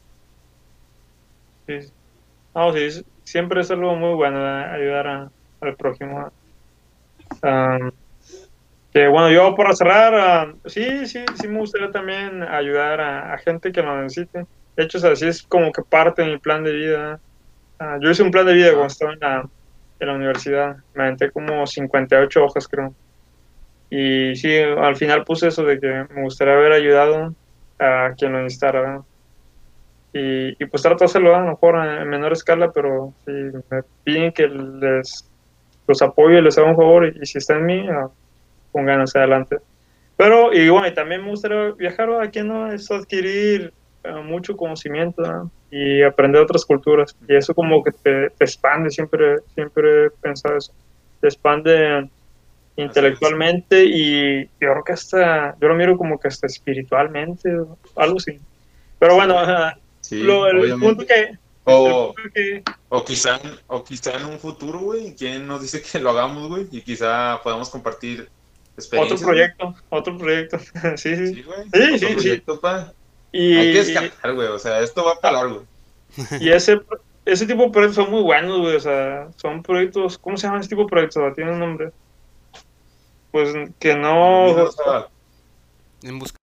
Sí. No, sí, es- siempre es algo muy bueno, eh, ayudar a- al prójimo. Um, que bueno, yo para cerrar, um, sí, sí, sí me gustaría también ayudar a, a gente que lo necesite. De hecho, o sea, sí es como que parte de mi plan de vida. Ah, yo hice un plan de vida Ah, cuando estaba en la, en la universidad. Me aventé como cincuenta y ocho hojas, creo. Y sí, al final puse eso de que me gustaría haber ayudado a quien lo necesitara, ¿verdad? Y, y pues trato de hacerlo, ¿verdad? A lo mejor en, en menor escala, pero si me piden que les los apoyo y les haga un favor, y, y si está en mí, ah, con ganas adelante. Pero, y bueno, y también me gustaría viajar, ¿verdad? Aquí, ¿no? Es adquirir ah, mucho conocimiento, ¿verdad? Y aprender otras culturas. Y eso como que te, te expande, siempre, siempre he pensado eso. Te expande así es. intelectualmente y yo creo que hasta, yo lo miro como que hasta espiritualmente, o algo así. Pero Sí, bueno, güey. ajá, Sí, lo, el punto obviamente. que, el O, punto que, o quizá, o quizá en un futuro, güey, ¿quién nos dice que lo hagamos, güey? Y quizá podamos compartir otro experiencias, güey. proyecto, otro proyecto, sí, sí, Sí, güey. sí, Otro sí, sí. proyecto, pa. Hay que Y, y, descartar, güey. O sea, esto va para largo. y ese, ese tipo de proyectos son muy buenos, güey, o sea, son proyectos, ¿cómo se llama ese tipo de proyectos? Tiene un nombre. Pues que no, Ilumínanos, chaval. En busca.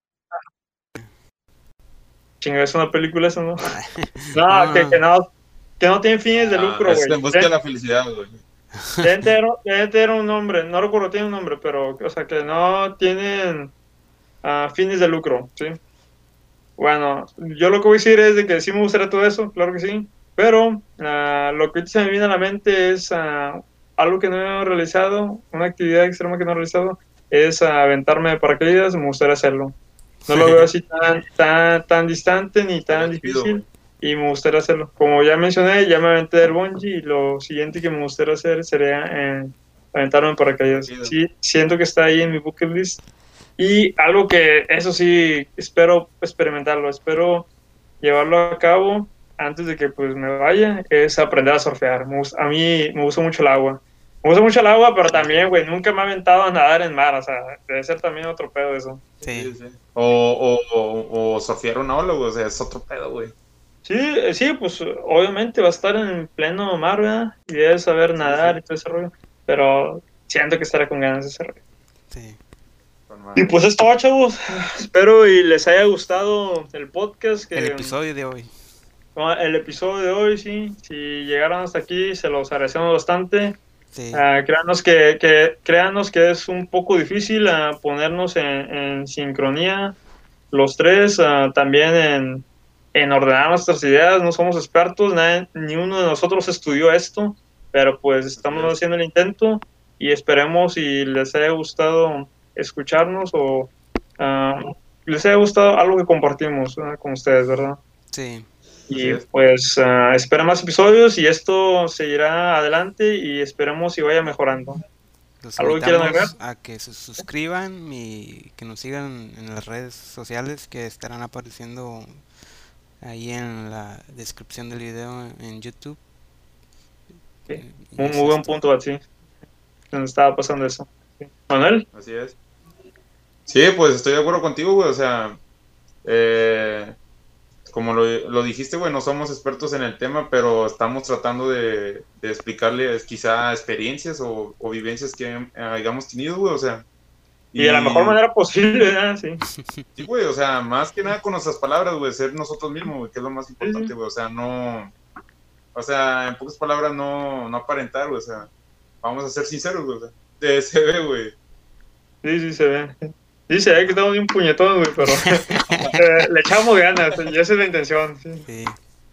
chinga, es una película eso, ¿no? No, No, que, que no. no, que no tienen fines de Ah, lucro, es güey. en busca de la felicidad, güey. Deben tener, deben tener un nombre, no recuerdo, tiene un nombre, pero, o sea, que no tienen ah, fines de lucro, ¿sí? Bueno, yo lo que voy a decir es de que sí me gustaría todo eso, claro que sí, pero ah, lo que ahorita se me viene a la mente es ah, algo que no he realizado, una actividad extrema que no he realizado, es ah, aventarme de paracaídas, me gustaría hacerlo. No lo veo así tan, tan, tan distante ni tan Estaría chido, difícil güey. y me gustaría hacerlo. Como ya mencioné, ya me aventé del bungee y lo siguiente que me gustaría hacer sería eh, aventarme en paracaídas. Chido. Sí, siento que está ahí en mi bucket list. Y algo que, eso sí, espero experimentarlo, espero llevarlo a cabo antes de que pues me vaya, es aprender a surfear. Me gusta- a mí me gusta mucho el agua. Me gusta mucho el agua, pero también, güey, nunca me he aventado a nadar en mar, o sea, debe ser también otro pedo eso. Sí, Sí, sí. O, o, o, o surfear una ola, güey. O sea, es otro pedo, güey. Sí, eh, sí, pues obviamente va a estar en pleno mar, ¿verdad? Y debe saber Sí, nadar sí. y todo ese rollo, pero siento que estará con ganas de ese rollo. sí. Con Y madre. pues es todo, chavos. Espero y les haya gustado el podcast, El que episodio de hoy. bueno, el episodio de hoy, sí. Si llegaron hasta aquí, se los agradecemos bastante. Sí, Ah, créanos que, que, créanos que es un poco difícil ah, ponernos en, en sincronía los tres, ah, también en, en ordenar nuestras ideas. No somos expertos, nadie- ni uno de nosotros estudió esto, pero pues Así estamos es. haciendo el intento y esperemos si les haya gustado escucharnos o ah, les haya gustado algo que compartimos ah, con ustedes, ¿verdad? sí. Así Y es. pues ah, espera más episodios y esto seguirá adelante y esperemos y vaya mejorando. Los ¿Algo que quieran agregar? invitamos a que se suscriban y que nos sigan en las redes sociales que estarán apareciendo ahí en la descripción del video en YouTube. Sí. Y Muy, muy eso es buen todo. punto, Betsy. Nos estaba pasando eso. Sí. Manuel, Así es. Sí, pues estoy de acuerdo contigo, güey. O sea, eh, como lo, lo dijiste, güey, no somos expertos en el tema, pero estamos tratando de, de explicarles quizá experiencias o, o vivencias que eh, hayamos tenido, güey. O sea, y de la mejor y manera posible, ¿verdad? Sí. sí, güey, o sea, más que nada con nuestras palabras, güey, ser nosotros mismos, güey, que es lo más Sí, importante, sí. güey. O sea, no, o sea, en pocas palabras, no, no aparentar, güey. O sea, vamos a ser sinceros, güey. O sea, de- se ve, güey. Sí, sí, se ve. Sí, se ve que estamos de un puñetón, güey, pero eh, le echamos ganas y esa es la intención. Sí. Sí,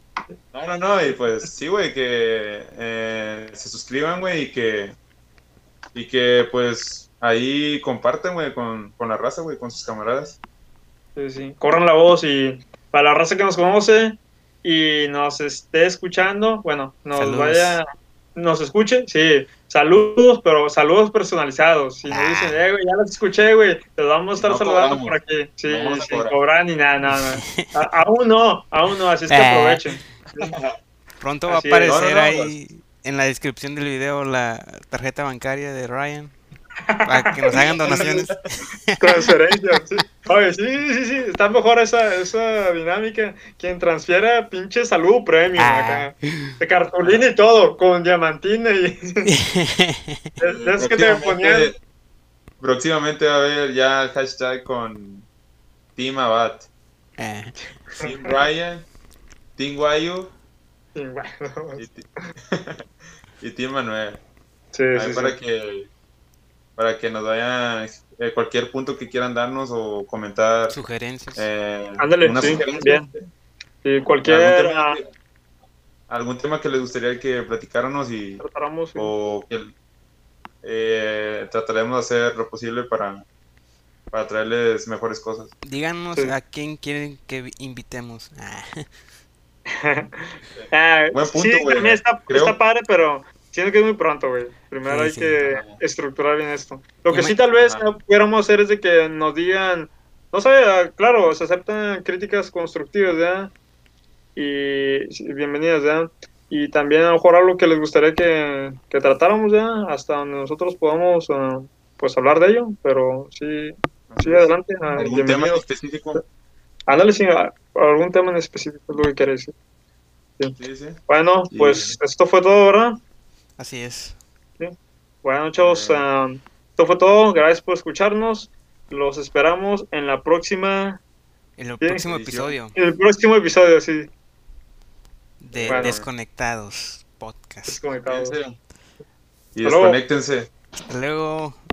No, no, no, y pues sí, güey, que eh, se suscriban, güey, y que, y que pues ahí comparten, güey, con, con la raza, güey, con sus camaradas. Sí, sí. Corran la voz y para la raza que nos conoce y nos esté escuchando, bueno, nos Saludos. vaya, nos escuche, sí, saludos, pero saludos personalizados. Si nos dicen, Ah. eh, güey, ya los escuché, güey, te vamos a estar No saludando cobramos. por aquí. Sí, No vamos a sin cobrar. cobrar ni nada, nada, nada. A- aún no, aún no, así es que Ah. aprovechen. Pronto va a Así es. aparecer No, no, no, ahí en la descripción del video la tarjeta bancaria de Ryan para que nos hagan donaciones. Transferencias, sí. Oye, sí, sí, sí, está mejor esa, esa dinámica. Quien transfiera pinche salud premium Ah. acá. De cartulina y todo, con diamantina y. Es que te ponían. Próximamente, próximamente va a haber ya el hashtag con Team Abad, Ah. Team Ryan, Team Guayu Sí, bueno, y, ti- y Team Manuel. sí, Ahí sí, para sí. que para que nos vayan eh, cualquier punto que quieran darnos o comentar. Sugerencias. eh, Ándale, una sí, sugerencia. bien. Sí, ¿Algún cualquier. tema, ah, que, algún tema que les gustaría que platicáramos y Tratáramos, sí. o que eh, trataremos de hacer lo posible para, para traerles mejores cosas. Díganos Sí. a quién quieren que vi- invitemos. Ah. Ah, Buen punto, sí, güey. también está, Creo- está padre, pero siento que es muy pronto, güey. Primero Sí, hay sí. que Ajá. estructurar bien esto. Lo Yo que me- sí tal vez Ajá. no pudiéramos hacer es de que nos digan, no sé, ah, claro, se aceptan críticas constructivas, ¿ya? Y sí, bienvenidas, ¿ya? Y también a lo mejor algo que les gustaría que, que tratáramos, ¿ya? Hasta donde nosotros podamos, ah, pues, hablar de ello, pero sí, sí, adelante, ah, ¿Algún tema en bienvenidos. específico? Ándale, sí, ah, algún tema en específico es lo que quieres decir. Sí. Sí, sí. Bueno, Y- pues esto fue todo, ¿verdad? Así es. Bueno, chavos, Eh. ah, esto fue todo. Gracias por escucharnos. Los esperamos en la próxima, En el Sí. próximo Edición. episodio en el próximo episodio, sí. de Bueno. Desconectados Podcast. Desconectados. Cuídense y Hasta luego. desconéctense. Hasta luego.